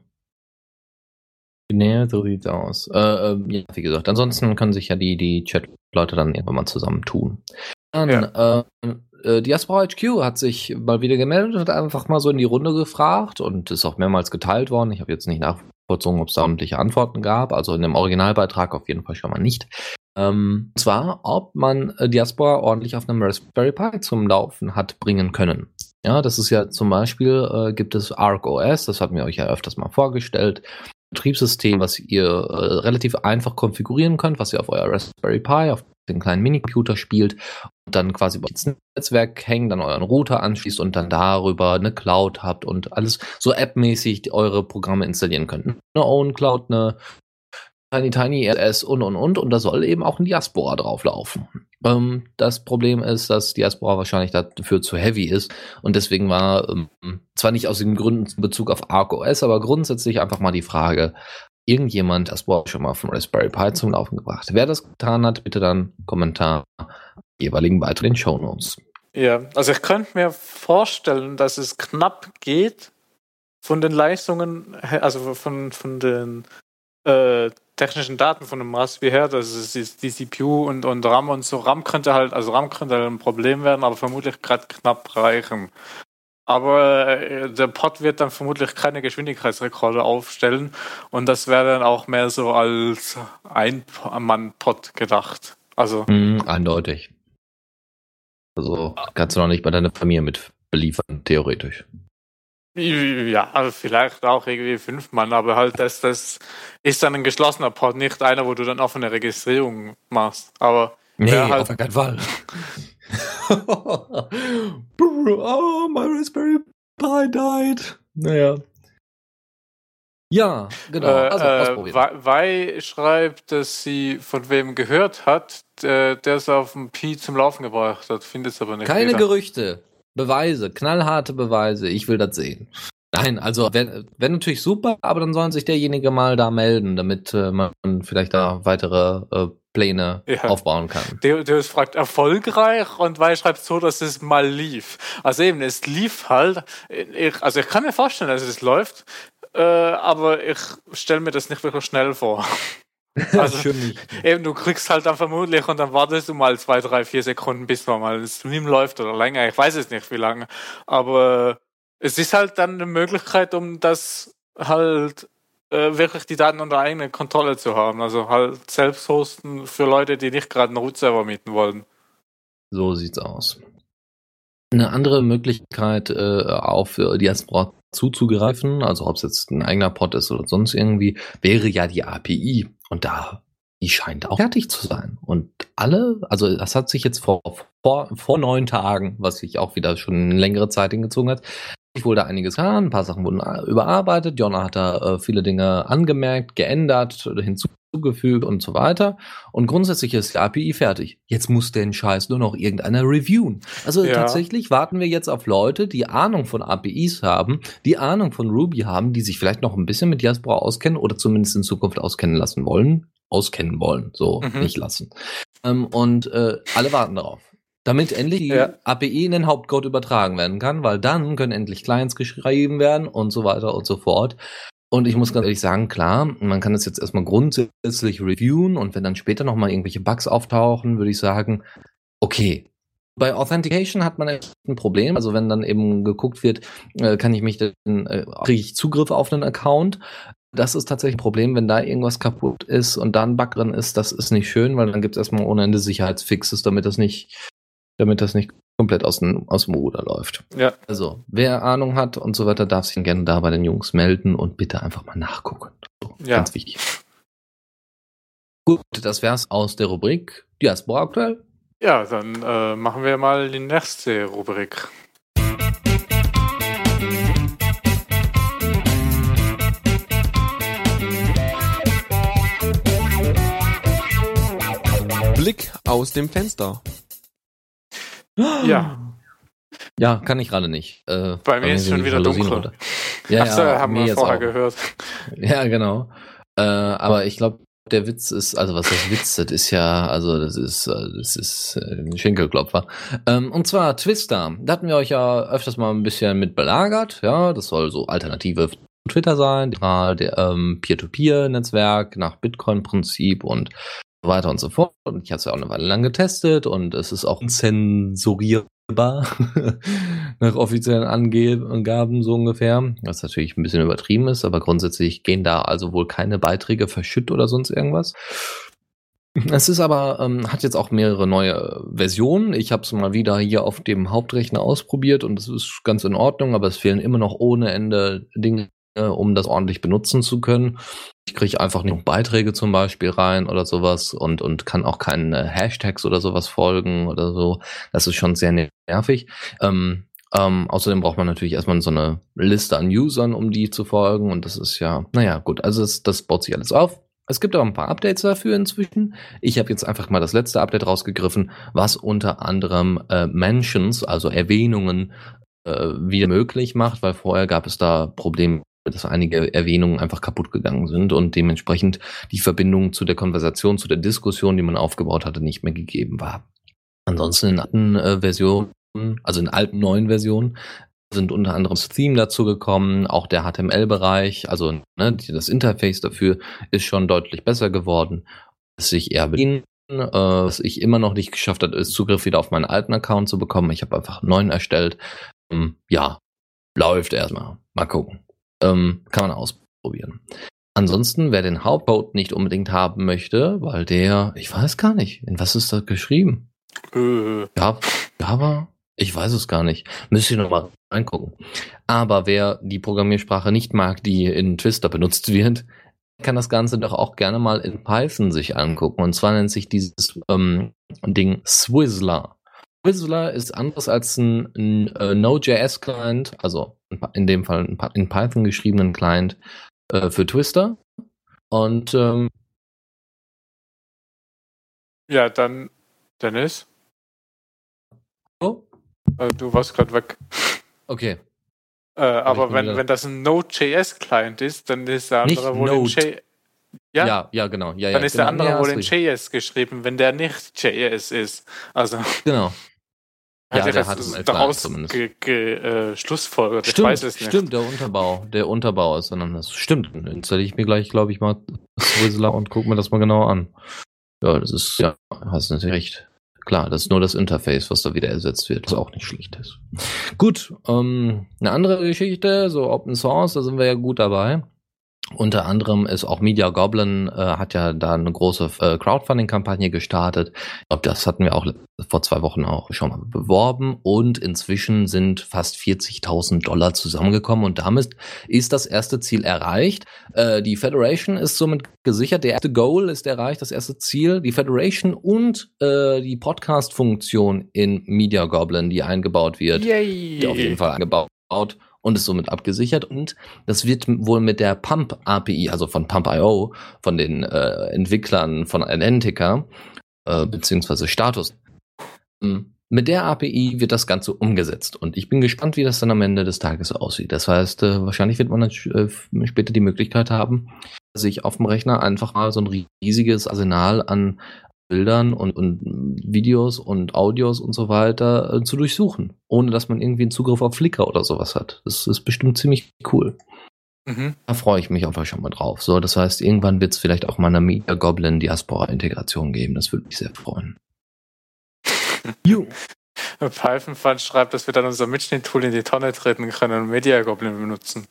Nee, so sieht's aus. Äh, äh, ja, wie gesagt, ansonsten können sich ja die, die Chat-Leute dann irgendwann mal zusammen tun. Dann, ja. äh, äh, Diaspora H Q hat sich mal wieder gemeldet und hat einfach mal so in die Runde gefragt und ist auch mehrmals geteilt worden. Ich habe jetzt nicht nachvollzogen, ob es da ordentliche Antworten gab. Also in dem Originalbeitrag auf jeden Fall schon mal nicht. Ähm, und zwar, ob man äh, Diaspora ordentlich auf einem Raspberry Pi zum Laufen hat bringen können. Ja, das ist ja zum Beispiel, äh, gibt es ArcOS, das hatten wir euch ja öfters mal vorgestellt. Betriebssystem, was ihr äh, relativ einfach konfigurieren könnt, was ihr auf euer Raspberry Pi, auf den kleinen Minicomputer spielt und dann quasi über das Netzwerk hängt, dann euren Router anschließt und dann darüber eine Cloud habt und alles so appmäßig eure Programme installieren könnt. Eine Own Cloud, eine Tiny Tiny R S und und und und da soll eben auch ein Diaspora drauf laufen. Ähm, das Problem ist, dass Diaspora wahrscheinlich dafür zu heavy ist und deswegen war ähm, zwar nicht aus den Gründen in Bezug auf ArcOS, aber grundsätzlich einfach mal die Frage, irgendjemand Diaspora schon mal vom Raspberry Pi zum Laufen gebracht. Wer das getan hat, bitte dann Kommentar jeweiligen Beitrag in den Shownotes. Ja, also ich könnte mir vorstellen, dass es knapp geht von den Leistungen, also von, von den äh, technischen Daten von dem Raspberry her, das ist die C P U und, und RAM und so. RAM könnte halt, also RAM könnte halt ein Problem werden, aber vermutlich gerade knapp reichen. Aber äh, der Pod wird dann vermutlich keine Geschwindigkeitsrekorde aufstellen und das wäre dann auch mehr so als Ein-Mann-Pod gedacht. Also mm, eindeutig. Also kannst du noch nicht bei deiner Familie mit beliefern, theoretisch. Ja, also vielleicht auch irgendwie fünf Mann, aber halt das, das ist dann ein geschlossener Pod, nicht einer, wo du dann auch eine Registrierung machst. Aber nee, halt auf keinen Fall. Oh, my Raspberry Pi died. Naja. Ja, genau. Äh, Also, äh, ausprobieren. Wei Wei schreibt, dass sie von wem gehört hat, der der es auf dem Pi zum Laufen gebracht hat. Findet es aber nicht. Keine jeder. Gerüchte, Beweise, knallharte Beweise. Ich will das sehen. Nein, also wäre wär natürlich super, aber dann sollen sich derjenige mal da melden, damit äh, man vielleicht da weitere äh, Pläne Ja. aufbauen kann. Deus fragt erfolgreich und Wei schreibt so, dass es mal lief. Also eben, es lief halt. Ich, also ich kann mir vorstellen, dass es läuft, äh, aber ich stelle mir das nicht wirklich schnell vor. Also Schön nicht. eben, du kriegst halt dann vermutlich und dann wartest du mal zwei, drei, vier Sekunden, bis mal ein Stream läuft oder länger. Ich weiß es nicht, wie lange. Aber es ist halt dann eine Möglichkeit, um das halt äh, wirklich die Daten unter eigener Kontrolle zu haben. Also halt selbst hosten für Leute, die nicht gerade einen Root-Server mieten wollen. So sieht's aus. Eine andere Möglichkeit, äh, auf Diaspora zuzugreifen, also ob es jetzt ein eigener Pod ist oder sonst irgendwie, wäre ja die A P I. Und da, die scheint auch fertig zu sein. Und alle, also das hat sich jetzt vor, vor, vor neun Tagen, was sich auch wieder schon eine längere Zeit hingezogen hat, ich wurde da einiges getan, ein paar Sachen wurden überarbeitet, Jonna hat da äh, viele Dinge angemerkt, geändert, hinzugefügt und so weiter. Und grundsätzlich ist die A P I fertig. Jetzt muss den Scheiß nur noch irgendeiner reviewen. Also Ja. tatsächlich warten wir jetzt auf Leute, die Ahnung von A P Is haben, die Ahnung von Ruby haben, die sich vielleicht noch ein bisschen mit Diaspora auskennen oder zumindest in Zukunft auskennen lassen wollen. Auskennen wollen, so Mhm. nicht lassen. Ähm, und äh, alle warten darauf. Damit endlich die Ja. A P I in den Hauptcode übertragen werden kann, weil dann können endlich Clients geschrieben werden und so weiter und so fort. Und ich muss ganz ehrlich sagen, klar, man kann das jetzt erstmal grundsätzlich reviewen und wenn dann später nochmal irgendwelche Bugs auftauchen, würde ich sagen, okay. Bei Authentication hat man echt ein Problem. Also wenn dann eben geguckt wird, äh, kann ich mich denn, äh, kriege ich Zugriff auf einen Account? Das ist tatsächlich ein Problem, wenn da irgendwas kaputt ist und da ein Bug drin ist, das ist nicht schön, weil dann gibt es erstmal ohne Ende Sicherheitsfixes, damit das nicht damit das nicht komplett aus dem, aus dem Ruder läuft. Ja. Also, wer Ahnung hat und so weiter, darf sich gerne da bei den Jungs melden und bitte einfach mal nachgucken. So, Ja. Ganz wichtig. Gut, das wär's aus der Rubrik Diaspora aktuell. Ja, dann äh, machen wir mal die nächste Rubrik. Blick aus dem Fenster. Ja. Ja, kann ich gerade nicht. Äh, Bei mir ist sind schon die wieder Jalousien dunkel. runter. Ja, Achso, ja, haben mir wir jetzt vorher auch. gehört. Ja, genau. Äh, aber ich glaube, der Witz ist, also was das Witz, das ist ja, also das ist, äh, das ist äh, ein Schenkelklopfer. Ähm, und zwar Twister. Da hatten wir euch ja öfters mal ein bisschen mit belagert. Ja, das soll so Alternative zu Twitter sein, der ähm, Peer-to-Peer-Netzwerk nach Bitcoin-Prinzip und so weiter und so fort. Und ich habe es ja auch eine Weile lang getestet und es ist auch zensurierbar nach offiziellen Angaben so ungefähr, was natürlich ein bisschen übertrieben ist, aber grundsätzlich gehen da also wohl keine Beiträge verschütt oder sonst irgendwas. Es ist aber, ähm, hat jetzt auch mehrere neue Versionen. Ich habe es mal wieder hier auf dem Hauptrechner ausprobiert und es ist ganz in Ordnung, aber es fehlen immer noch ohne Ende Dinge, um das ordentlich benutzen zu können. Ich kriege einfach nicht Beiträge zum Beispiel rein oder sowas und, und kann auch keine Hashtags oder sowas folgen oder so. Das ist schon sehr nervig. Ähm, ähm, außerdem braucht man natürlich erstmal so eine Liste an Usern, um die zu folgen und das ist ja, naja, gut, also das, das baut sich alles auf. Es gibt aber ein paar Updates dafür inzwischen. Ich habe jetzt einfach mal das letzte Update rausgegriffen, was unter anderem äh, Mentions, also Erwähnungen, äh, wieder möglich macht, weil vorher gab es da Probleme, dass einige Erwähnungen einfach kaputt gegangen sind und dementsprechend die Verbindung zu der Konversation, zu der Diskussion, die man aufgebaut hatte, nicht mehr gegeben war. Ansonsten in alten äh, Versionen, also in alten neuen Versionen, sind unter anderem das Theme dazu gekommen, auch der H T M L-Bereich, also ne, das Interface dafür ist schon deutlich besser geworden. Was ich eher bedienen, äh, was ich immer noch nicht geschafft habe, ist Zugriff wieder auf meinen alten Account zu bekommen. Ich habe einfach einen neuen erstellt. Ähm, ja, läuft erstmal. Mal gucken. Ähm, kann man ausprobieren. Ansonsten, wer den Hauptcode nicht unbedingt haben möchte, weil der, ich weiß gar nicht, in was ist da geschrieben? Äh, Ja, Java? Ich weiß es gar nicht. Müsste ich noch mal reingucken. Aber wer die Programmiersprache nicht mag, die in Twister benutzt wird, kann das Ganze doch auch gerne mal in Python sich angucken. Und zwar nennt sich dieses ähm, Ding Swizzler. Swizzler ist anders als ein, ein äh, Node.js-Client, also in dem Fall ein in Python geschriebenen Client, äh, für Twister. Und ähm, Ja, dann Dennis. oh, Äh, du warst gerade weg. okay. Äh, aber bin wenn, wieder- wenn das ein Node.js-Client ist, dann ist der Nicht andere wohl in Node. J... Ja? Ja, ja, genau. Ja, Dann ja, ist genau. der andere Nee, wohl hast in recht. J S geschrieben, wenn der nicht J S ist. Also Genau. Ja, hat er der das hat im Client daraus zumindest. ge, ge, äh, Schlussfolgert. Ich Stimmt, weiß es nicht. stimmt, der Unterbau. Der Unterbau ist dann anders. Stimmt. Dann installiere ich mir gleich, glaube ich, mal Swizzler und gucke mir das mal genau an. Ja, das ist, ja, hast natürlich recht. Klar, das ist nur das Interface, was da wieder ersetzt wird, was auch nicht schlecht ist. Gut, ähm, eine andere Geschichte, so Open Source, da sind wir ja gut dabei. Unter anderem ist auch Media Goblin, äh, hat ja da eine große äh, Crowdfunding-Kampagne gestartet. Ich glaube, das hatten wir auch vor zwei Wochen auch schon mal beworben. Und inzwischen sind fast vierzigtausend Dollar zusammengekommen. Und damit ist das erste Ziel erreicht. Äh, die Federation ist somit gesichert. Der erste Goal ist erreicht, das erste Ziel. Die Federation und äh, die Podcast-Funktion in Media Goblin, die eingebaut wird. Yay! Die auf jeden Fall eingebaut. Und ist somit abgesichert. Und das wird wohl mit der Pump-A P I, also von Pump Punkt i o, von den äh, Entwicklern von Identica, äh, beziehungsweise Status, ähm, mit der A P I wird das Ganze umgesetzt. Und ich bin gespannt, wie das dann am Ende des Tages aussieht. Das heißt, äh, wahrscheinlich wird man dann äh, später die Möglichkeit haben, sich auf dem Rechner einfach mal so ein riesiges Arsenal an Bildern und, und Videos und Audios und so weiter äh, zu durchsuchen, ohne dass man irgendwie einen Zugriff auf Flickr oder sowas hat. Das ist bestimmt ziemlich cool. Mhm. Da freue ich mich einfach schon mal drauf. So, das heißt, irgendwann wird es vielleicht auch mal eine Media Goblin Diaspora-Integration geben. Das würde mich sehr freuen. Jo. Python-Fan schreibt, dass wir dann unser Mitschnitt-Tool in die Tonne treten können und Media Goblin benutzen.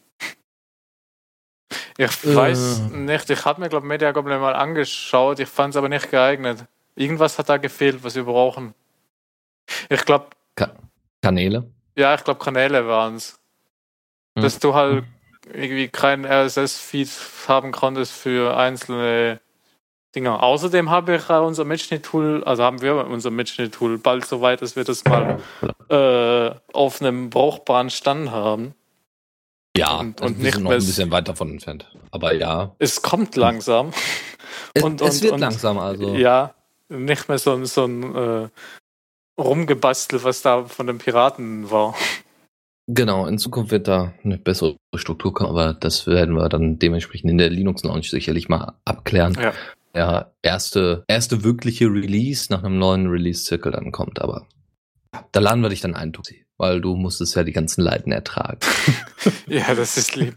Ich Äh. weiß nicht, ich habe mir, glaube ich, Media Goblin mal angeschaut, ich fand es aber nicht geeignet. Irgendwas hat da gefehlt, was wir brauchen. Ich glaube, Ka- Kanäle. ja, ich glaube, Kanäle waren es. Hm. Dass du halt irgendwie kein R S S-Feed haben konntest für einzelne Dinger. Außerdem habe ich auch unser Mitschnitt-Tool, also haben wir unser Mitschnitt-Tool bald so weit, dass wir das mal äh, auf einem brauchbaren Stand haben. Ja, Und- also und wir nicht sind noch mehr ein s- bisschen weit davon entfernt. Aber ja. Es kommt langsam. Es, Und- es und- wird und- langsam, also. Ja, nicht mehr so, ein- so ein äh, Rumgebastel, was da von den Piraten war. Genau, in Zukunft wird da eine bessere Struktur kommen, aber das werden wir dann dementsprechend in der Linux Lounge sicherlich mal abklären. Ja. Der erste, erste wirkliche Release nach einem neuen Release-Zirkel dann kommt, aber ja, da laden wir dich dann ein, Tuxi, weil du musstest ja die ganzen Leiden ertragen. Ja, das ist lieb.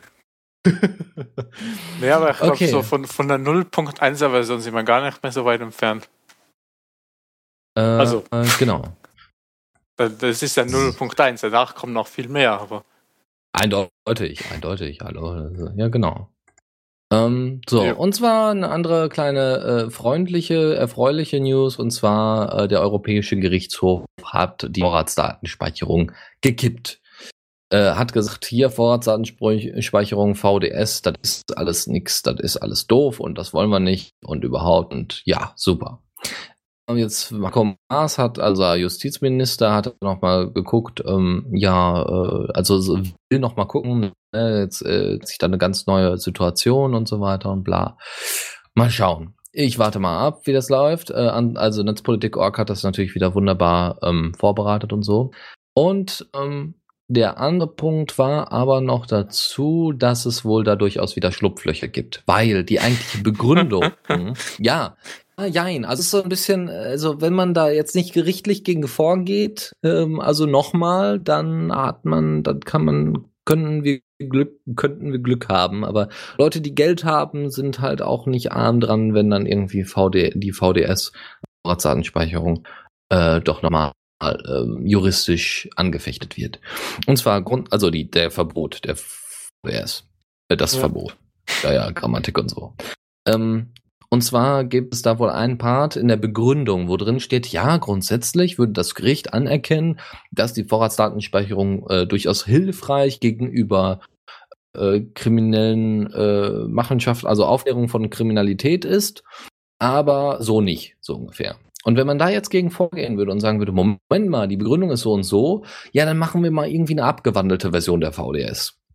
Nee, aber ich glaube, Okay. so von, von der null Punkt eins er Version sind wir gar nicht mehr so weit entfernt. Äh, Also. äh, genau. Das das ist ja null Punkt eins, danach kommen noch viel mehr, aber Eindeutig, eindeutig, hallo. Also, ja, genau. Ähm, so, Ja. und zwar eine andere kleine äh, freundliche, erfreuliche News, und zwar äh, der Europäische Gerichtshof hat die Vorratsdatenspeicherung gekippt. Äh, hat gesagt, hier Vorratsdatenspeicherung, V D S, das ist alles nix, das ist alles doof und das wollen wir nicht und überhaupt und ja, super. Und jetzt Marco Maas hat, also Justizminister, hat nochmal geguckt, ähm, ja, äh, also so will nochmal gucken, ne, jetzt äh, sich da eine ganz neue Situation und so weiter und bla. Mal schauen. Ich warte mal ab, wie das läuft. Äh, an, also Netzpolitik Punkt org hat das natürlich wieder wunderbar ähm, vorbereitet und so. Und ähm, der andere Punkt war aber noch dazu, dass es wohl da durchaus wieder Schlupflöcher gibt, weil die eigentliche Begründung, ja, Ah, jein, also es ist so ein bisschen, also wenn man da jetzt nicht gerichtlich gegen vorgeht, ähm, also nochmal, dann hat man, dann kann man, können wir Glück, könnten wir Glück haben, aber Leute, die Geld haben, sind halt auch nicht arm dran, wenn dann irgendwie V D, die V D S, Vorratsdatenspeicherung, äh, doch nochmal ähm, juristisch angefechtet wird. Und zwar Grund, also die, der Verbot, der V D S, äh, das Ja. Verbot, ja, ja, Grammatik und so. Ähm, Und zwar gibt es da wohl einen Part in der Begründung, wo drin steht, ja, grundsätzlich würde das Gericht anerkennen, dass die Vorratsdatenspeicherung äh, durchaus hilfreich gegenüber äh, kriminellen äh, Machenschaften, also Aufklärung von Kriminalität ist, aber so nicht, so ungefähr. Und wenn man da jetzt gegen vorgehen würde und sagen würde, Moment mal, die Begründung ist so und so, ja, dann machen wir mal irgendwie eine abgewandelte Version der V D S.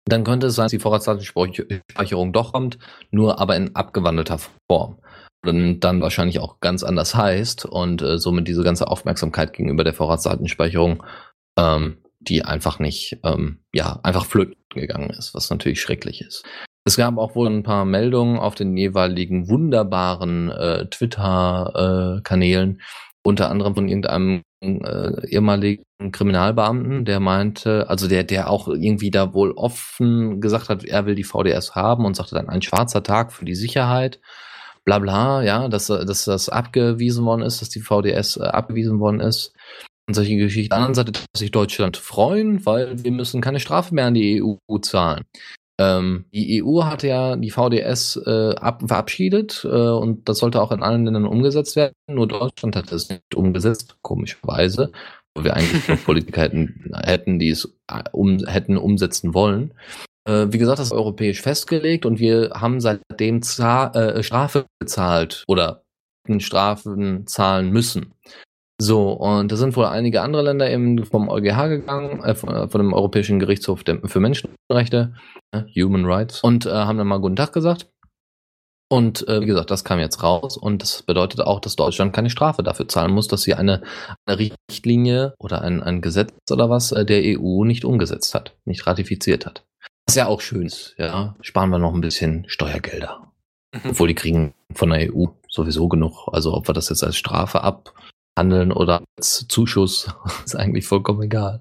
dann könnte es sein, dass die Vorratsdatenspeicherung doch kommt, nur aber in abgewandelter Form. Und dann wahrscheinlich auch ganz anders heißt und äh, somit diese ganze Aufmerksamkeit gegenüber der Vorratsdatenspeicherung, ähm, die einfach nicht, ähm, ja, einfach flöten gegangen ist, was natürlich schrecklich ist. Es gab auch wohl ein paar Meldungen auf den jeweiligen wunderbaren äh, Twitter-Kanälen, äh, unter anderem von irgendeinem äh, ehemaligen Kriminalbeamten, der meinte, also der, der auch irgendwie da wohl offen gesagt hat, er will die V D S haben und sagte dann ein schwarzer Tag für die Sicherheit. Bla bla, ja, dass, dass das abgewiesen worden ist, dass die V D S äh, abgewiesen worden ist und solche Geschichten. Auf der anderen Seite darf sich Deutschland freuen, weil wir müssen keine Strafe mehr an die E U zahlen. Ähm, die E U hat ja die V D S äh, ab, verabschiedet äh, und das sollte auch in allen Ländern umgesetzt werden, nur Deutschland hat es nicht umgesetzt, komischerweise, wo wir eigentlich noch Politiker hätten, hätten, die es um, hätten umsetzen wollen. Wie gesagt, das ist europäisch festgelegt und wir haben seitdem Za- äh, Strafe gezahlt oder Strafen zahlen müssen. So, und da sind wohl einige andere Länder eben vom E u G H gegangen, äh, von, von dem Europäischen Gerichtshof für Menschenrechte, äh, Human Rights, und äh, haben dann mal guten Tag gesagt. Und äh, wie gesagt, das kam jetzt raus und das bedeutet auch, dass Deutschland keine Strafe dafür zahlen muss, dass sie eine, eine Richtlinie oder ein, ein Gesetz oder was äh, der E U nicht umgesetzt hat, nicht ratifiziert hat. Was ja auch schön ist, ja. Sparen wir noch ein bisschen Steuergelder. Mhm. Obwohl die kriegen von der E U sowieso genug. Also ob wir das jetzt als Strafe abhandeln oder als Zuschuss, ist eigentlich vollkommen egal.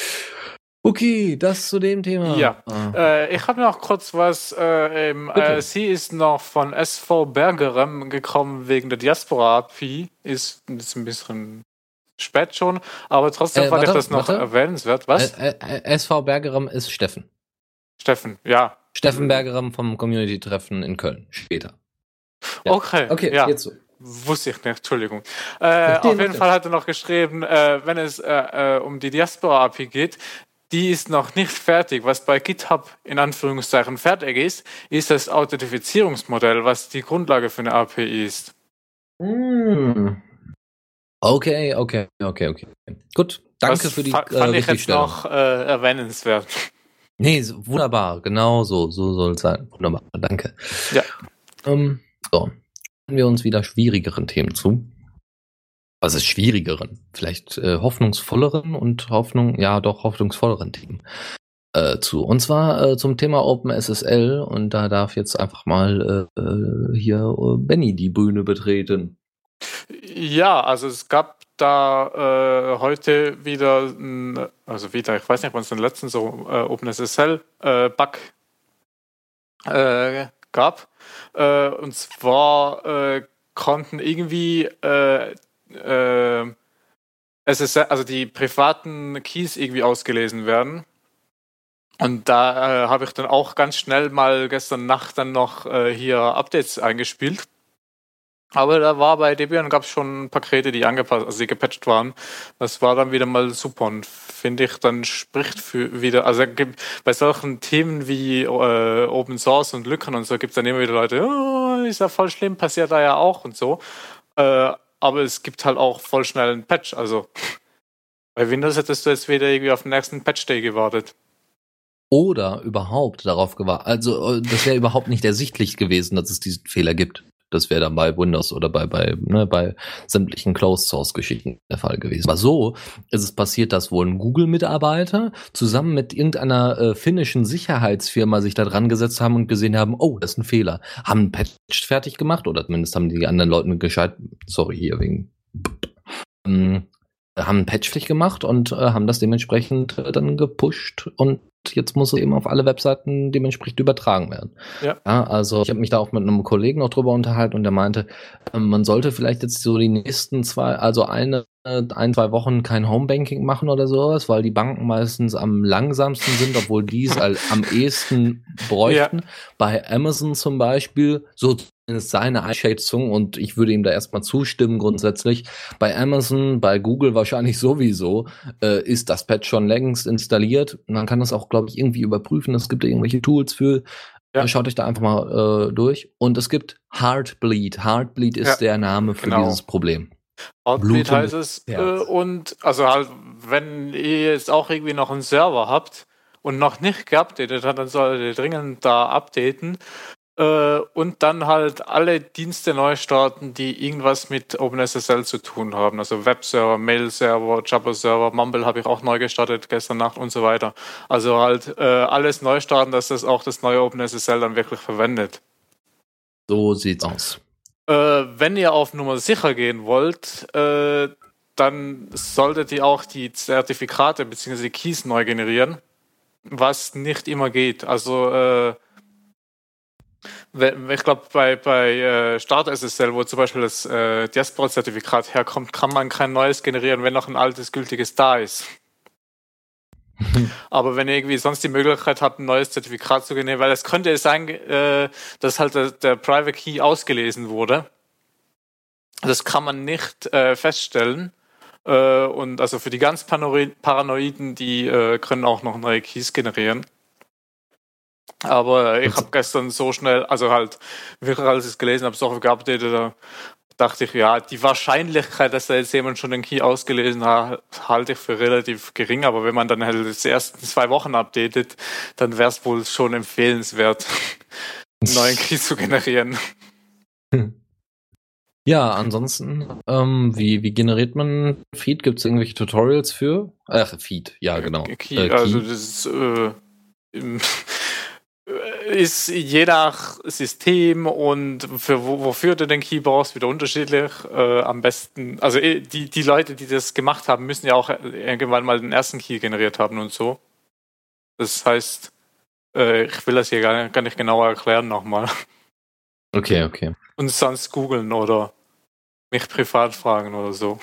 Okay, das zu dem Thema. Ja, ah. äh, ich habe noch kurz was. Äh, ähm, äh, sie ist noch von S V Bergerem gekommen wegen der Diaspora-A P I. Ist, ist ein bisschen spät schon, aber trotzdem äh, fand warte, ich das noch warte. erwähnenswert. Was? Äh, äh, S V Bergerem ist Steffen. Steffen, ja. Steffen Bergerem vom Community-Treffen in Köln, später. Ja. Okay, okay, ja. Jetzt so. Wusste ich nicht, Entschuldigung. Äh, auf jeden Fall hat er noch geschrieben, äh, wenn es äh, äh, um die Diaspora-A P I geht, die ist noch nicht fertig. Was bei GitHub in Anführungszeichen fertig ist, ist das Authentifizierungsmodell, was die Grundlage für eine A P I ist. Mm. Okay, okay, okay, okay. Gut, danke das für die fa- fand äh, ich jetzt noch äh, erwähnenswert. Nee, so, wunderbar, genau so, so soll es sein. Wunderbar, danke. Ja. Ähm, so, wenden wir uns wieder schwierigeren Themen zu. Was ist schwierigeren? Vielleicht äh, hoffnungsvolleren und Hoffnung, ja doch, hoffnungsvolleren Themen äh, zu. Und zwar äh, zum Thema OpenSSL und da darf jetzt einfach mal äh, hier äh, Benny die Bühne betreten. Ja, also es gab da äh, heute wieder, ein, also wieder, ich weiß nicht, wann es den letzten so äh, OpenSSL-Bug äh, äh, gab. Äh, und zwar äh, konnten irgendwie äh, äh, S S L, also die privaten Keys irgendwie ausgelesen werden. Und da äh, habe ich dann auch ganz schnell mal gestern Nacht dann noch äh, hier Updates eingespielt. Aber da war bei Debian gab es schon Pakete, die angepasst, also die gepatcht waren. Das war dann wieder mal super und finde ich, dann spricht für wieder, also gibt, bei solchen Themen wie äh, Open Source und Lücken und so gibt es dann immer wieder Leute, oh, ist ja voll schlimm, passiert da ja auch und so. Äh, aber es gibt halt auch voll schnell einen Patch, also bei Windows hättest du jetzt wieder irgendwie auf den nächsten Patch-Day gewartet. Oder überhaupt darauf gewartet, also das wäre überhaupt nicht ersichtlich gewesen, dass es diesen Fehler gibt. Das wäre dann bei Windows oder bei bei ne, bei sämtlichen Closed-Source-Geschichten der Fall gewesen. Aber so ist es passiert, dass wohl ein Google-Mitarbeiter zusammen mit irgendeiner äh, finnischen Sicherheitsfirma sich da dran gesetzt haben und gesehen haben, oh, das ist ein Fehler. Haben einen Patch fertig gemacht oder zumindest haben die anderen Leuten gescheit, sorry, hier wegen, ähm, haben einen Patch fertig gemacht und äh, haben das dementsprechend äh, dann gepusht und jetzt muss es eben auf alle Webseiten dementsprechend übertragen werden. Ja. Ja, also ich habe mich da auch mit einem Kollegen noch drüber unterhalten und der meinte, man sollte vielleicht jetzt so die nächsten zwei, also eine, ein, zwei Wochen kein Homebanking machen oder sowas, weil die Banken meistens am langsamsten sind, obwohl die es am ehesten bräuchten. Ja. Bei Amazon zum Beispiel, so ist seine Einschätzung und ich würde ihm da erstmal zustimmen grundsätzlich. Bei Amazon, bei Google wahrscheinlich sowieso, äh, ist das Patch schon längst installiert. Man kann das auch, glaube ich, irgendwie überprüfen. Es gibt da irgendwelche Tools für. Ja. Schaut euch da einfach mal äh, durch. Und es gibt Heartbleed. Heartbleed ist ja der Name für genau. dieses Problem. Heartbleed heißt es. Äh, und also halt, wenn ihr jetzt auch irgendwie noch einen Server habt und noch nicht geupdatet hat, dann soll er dringend da updaten. Äh, und dann halt alle Dienste neu starten, die irgendwas mit OpenSSL zu tun haben. Also Webserver, Mail-Server, Jabber-Server, Mumble habe ich auch neu gestartet gestern Nacht und so weiter. Also halt äh, alles neu starten, dass das auch das neue OpenSSL dann wirklich verwendet. So sieht's aus. Äh, wenn ihr auf Nummer sicher gehen wollt, äh, dann solltet ihr auch die Zertifikate bzw. Keys neu generieren, was nicht immer geht. Also äh, ich glaube, bei, bei äh, Start-S S L, wo zum Beispiel das äh, Diaspora-Zertifikat herkommt, kann man kein neues generieren, wenn noch ein altes gültiges da ist. Aber wenn ihr irgendwie sonst die Möglichkeit habt, ein neues Zertifikat zu generieren, weil es könnte sein, äh, dass halt der, der Private Key ausgelesen wurde. Das kann man nicht äh, feststellen. Äh, und also für die ganz Paranoiden, die äh, können auch noch neue Keys generieren. Aber ich habe gestern so schnell, also halt, wirklich als ich es gelesen habe, so geupdatet, da dachte ich, ja, die Wahrscheinlichkeit, dass da jetzt jemand schon den Key ausgelesen hat, halte ich für relativ gering. Aber wenn man dann halt die ersten zwei Wochen updatet, dann wäre es wohl schon empfehlenswert, einen neuen Key zu generieren. Ja, ansonsten, ähm, wie, wie generiert man Feed? Gibt es irgendwelche Tutorials für? Ach, Feed, ja, genau. Key, äh, Key. Also das ist, äh, im ist je nach System und für wo, wofür du den Key brauchst, wieder unterschiedlich. Äh, am besten, also die, die Leute, die das gemacht haben, müssen ja auch irgendwann mal den ersten Key generiert haben und so. Das heißt, äh, ich will das hier gar nicht, gar nicht genauer erklären nochmal. Okay, okay. Und sonst googeln oder mich privat fragen oder so.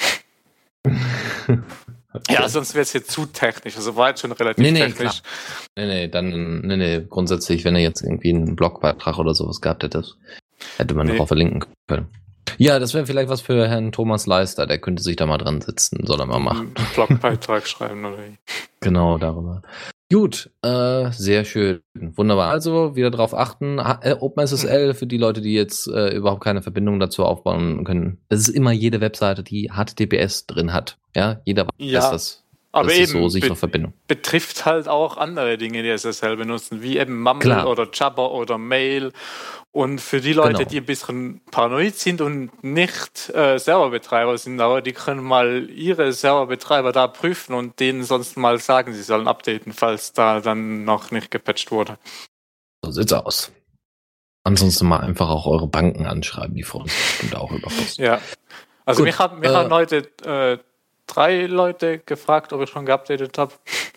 Okay. Ja, sonst wäre es jetzt zu technisch. Also war jetzt schon relativ nee, nee, technisch. Klar. Nee, nee, dann, nee, nee, grundsätzlich, wenn er jetzt irgendwie einen Blogbeitrag oder sowas gehabt hätte, hätte man nee. darauf verlinken können. Ja, das wäre vielleicht was für Herrn Thomas Leister, der könnte sich da mal dran sitzen, soll er mal machen. Einen Blogbeitrag schreiben oder wie? Genau, darüber. Gut, äh, sehr schön. Wunderbar. Also wieder drauf achten. Äh, OpenSSL für die Leute, die jetzt äh, überhaupt keine Verbindung dazu aufbauen können. Das ist immer jede Webseite, die H T T P S drin hat. Ja, jeder weiß ja, das. Aber das eben ist so sichere be- Verbindung. betrifft halt auch andere Dinge, die S S L benutzen, wie eben Mumble Klar. oder Jabber oder Mail. Und für die Leute, Genau. die ein bisschen paranoid sind und nicht äh, Serverbetreiber sind, aber die können mal ihre Serverbetreiber da prüfen und denen sonst mal sagen, sie sollen updaten, falls da dann noch nicht gepatcht wurde. So sieht's aus. Ansonsten mal einfach auch eure Banken anschreiben, die freuen sich bestimmt auch über Post. Ja, also Gut, mich, hat, mich äh, haben heute äh, drei Leute gefragt, ob ich schon geupdatet habe.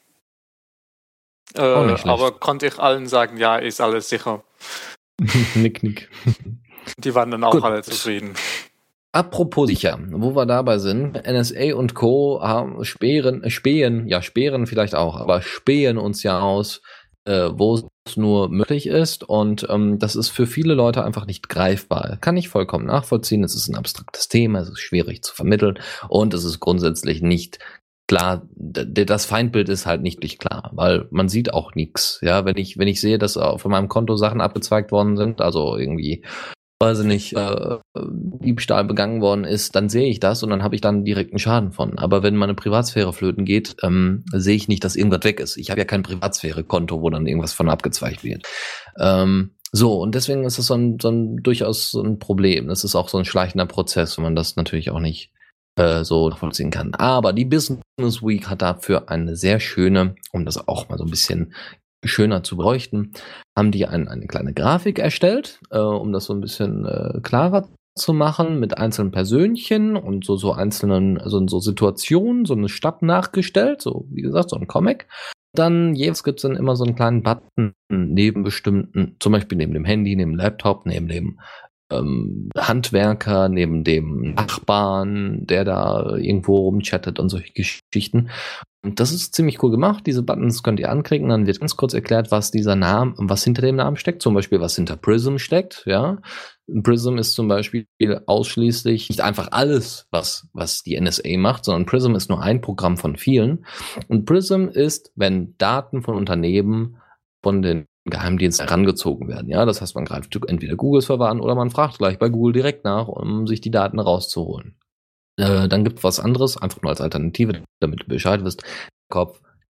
Äh, Auch nicht schlecht. aber konnte ich allen sagen, ja, ist alles sicher. Nick, nick. Die waren dann auch Gut. alle zufrieden. Apropos sicher, wo wir dabei sind, N S A und Co. haben spähen, spähen, ja spähen vielleicht auch, aber spähen uns ja aus, äh, wo es nur möglich ist und ähm, das ist für viele Leute einfach nicht greifbar. Kann ich vollkommen nachvollziehen, es ist ein abstraktes Thema, es ist schwierig zu vermitteln und es ist grundsätzlich nicht klar, d- das Feindbild ist halt nicht nicht klar, weil man sieht auch nichts. Ja, wenn ich wenn ich sehe, dass auf meinem Konto Sachen abgezweigt worden sind, also irgendwie weiß ich nicht, äh, Diebstahl begangen worden ist, dann sehe ich das und dann habe ich dann direkten Schaden von. Aber wenn meine Privatsphäre flöten geht, ähm, sehe ich nicht, dass irgendwas weg ist. Ich habe ja kein Privatsphäre-Konto, wo dann irgendwas von abgezweigt wird. Ähm, so, und deswegen ist es so ein, so ein durchaus so ein Problem. Das ist auch so ein schleichender Prozess, wenn man das natürlich auch nicht äh, so nachvollziehen kann. Aber die Business Week hat dafür eine sehr schöne, um das auch mal so ein bisschen schöner zu beleuchten, haben die ein, eine kleine Grafik erstellt, äh, um das so ein bisschen äh, klarer zu machen, mit einzelnen Persönchen und so so einzelnen so, so Situationen, so eine Stadt nachgestellt, so wie gesagt, so ein Comic. Dann jeweils gibt es dann immer so einen kleinen Button neben bestimmten, zum Beispiel neben dem Handy, neben dem Laptop, neben dem ähm, Handwerker, neben dem Nachbarn, der da irgendwo rumchattet und solche Geschichten. Und das ist ziemlich cool gemacht. Diese Buttons könnt ihr anklicken, dann wird ganz kurz erklärt, was dieser Name, was hinter dem Namen steckt. Zum Beispiel, was hinter Prism steckt. Ja, Prism ist zum Beispiel ausschließlich nicht einfach alles, was was die N S A macht, sondern Prism ist nur ein Programm von vielen. Und Prism ist, wenn Daten von Unternehmen von den Geheimdiensten herangezogen werden. Ja, das heißt, man greift entweder Googles Verfahren oder man fragt gleich bei Google direkt nach, um sich die Daten rauszuholen. Äh, dann gibt es was anderes, einfach nur als Alternative, damit du Bescheid wirst. Kopf.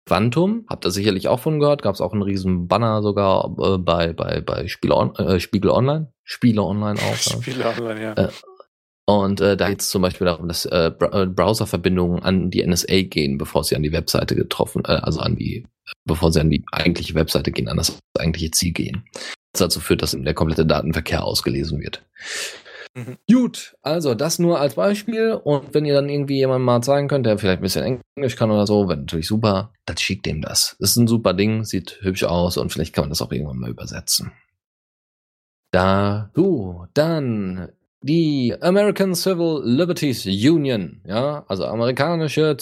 Quantum, habt ihr sicherlich auch von gehört, gab es auch einen riesen Banner sogar äh, bei, bei, bei Spiele on, äh, Spiegel Online, Spiele Online auch. Spiele Online, ja. Äh, und äh, da geht es zum Beispiel darum, dass äh, Browserverbindungen an die N S A gehen, bevor sie an die Webseite getroffen, äh, also an die, bevor sie an die eigentliche Webseite gehen, an das eigentliche Ziel gehen. Das dazu führt, dass der komplette Datenverkehr ausgelesen wird. Mhm. Gut, also das nur als Beispiel, und wenn ihr dann irgendwie jemandem mal zeigen könnt, der vielleicht ein bisschen Englisch kann oder so, wäre natürlich super, dann schickt dem das. Das ist ein super Ding, sieht hübsch aus und vielleicht kann man das auch irgendwann mal übersetzen. Da, uh, dann die American Civil Liberties Union, ja, also amerikanische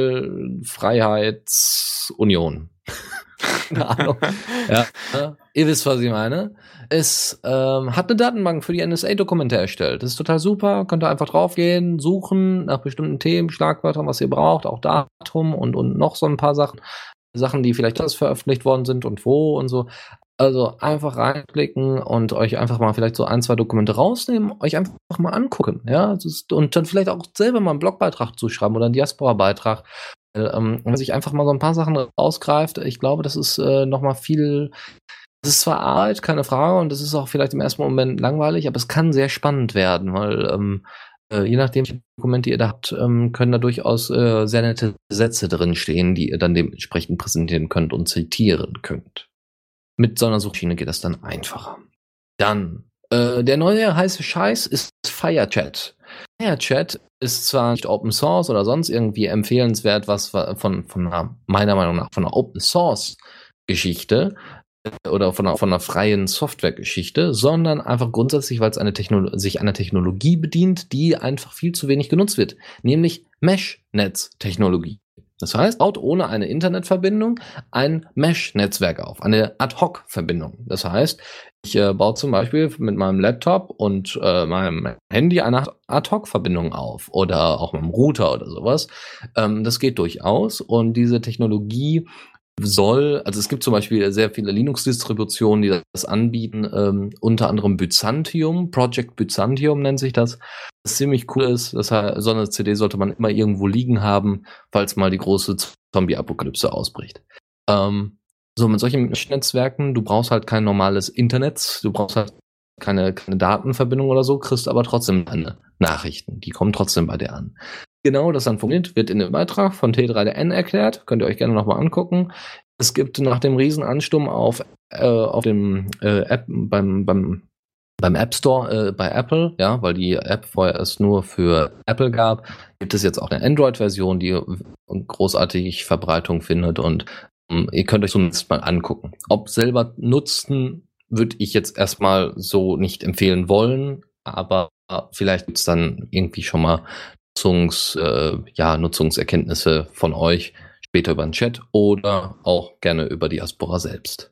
Zivilfreiheitsunion. Keine Ahnung. Ja, ihr wisst, was ich meine. Es ähm, hat eine Datenbank für die N S A-Dokumente erstellt. Das ist total super. Könnt ihr einfach draufgehen, suchen nach bestimmten Themen, Schlagwörtern, was ihr braucht, auch Datum und, und noch so ein paar Sachen. Sachen, die vielleicht das veröffentlicht worden sind und wo und so. Also einfach reinklicken und euch einfach mal vielleicht so ein, zwei Dokumente rausnehmen, euch einfach mal angucken, ja, ist, und dann vielleicht auch selber mal einen Blogbeitrag zuschreiben oder einen Diaspora-Beitrag. Ähm, wenn man sich einfach mal so ein paar Sachen rausgreift, ich glaube, das ist äh, nochmal viel, das ist zwar Arbeit, keine Frage, und das ist auch vielleicht im ersten Moment langweilig, aber es kann sehr spannend werden, weil ähm, äh, je nachdem, welche Dokumente ihr da habt, ähm, können da durchaus äh, sehr nette Sätze drin stehen, die ihr dann dementsprechend präsentieren könnt und zitieren könnt. Mit so einer Suchschiene geht das dann einfacher. Dann, äh, der neue heiße Scheiß ist FireChat. FireChat ist zwar nicht Open Source oder sonst irgendwie empfehlenswert, was von, von einer, meiner Meinung nach, von einer Open Source Geschichte äh, oder von einer, von einer freien Software-Geschichte, sondern einfach grundsätzlich, weil es eine Technolo- sich einer Technologie bedient, die einfach viel zu wenig genutzt wird, nämlich Mesh-Netz-Technologie. Das heißt, baut ohne eine Internetverbindung ein Mesh-Netzwerk auf, eine Ad-Hoc-Verbindung. Das heißt, ich äh, baue zum Beispiel mit meinem Laptop und äh, meinem Handy eine Ad-Hoc-Verbindung auf oder auch mit einem Router oder sowas. Ähm, das geht durchaus, und diese Technologie soll, also es gibt zum Beispiel sehr viele Linux-Distributionen, die das anbieten, ähm, unter anderem Byzantium, Project Byzantium nennt sich das, was ziemlich cool ist. Das heißt, so eine C D sollte man immer irgendwo liegen haben, falls mal die große Zombie-Apokalypse ausbricht. Ähm, so, mit solchen Netzwerken, du brauchst halt kein normales Internet, du brauchst halt keine, keine Datenverbindung oder so, kriegst aber trotzdem deine Nachrichten, die kommen trotzdem bei dir an. Genau, das dann funktioniert, wird in dem Beitrag von T drei D N erklärt. Könnt ihr euch gerne nochmal angucken. Es gibt nach dem Riesenansturm auf, äh, auf dem äh, App, beim, beim, beim App Store äh, bei Apple, ja, weil die App vorher es nur für Apple gab, gibt es jetzt auch eine Android-Version, die großartig Verbreitung findet, und ähm, ihr könnt euch zumindest mal angucken. Ob selber nutzen, würde ich jetzt erstmal so nicht empfehlen wollen, aber vielleicht gibt es dann irgendwie schon mal Nutzungs, äh, ja, Nutzungserkenntnisse von euch später über den Chat oder auch gerne über Diaspora selbst.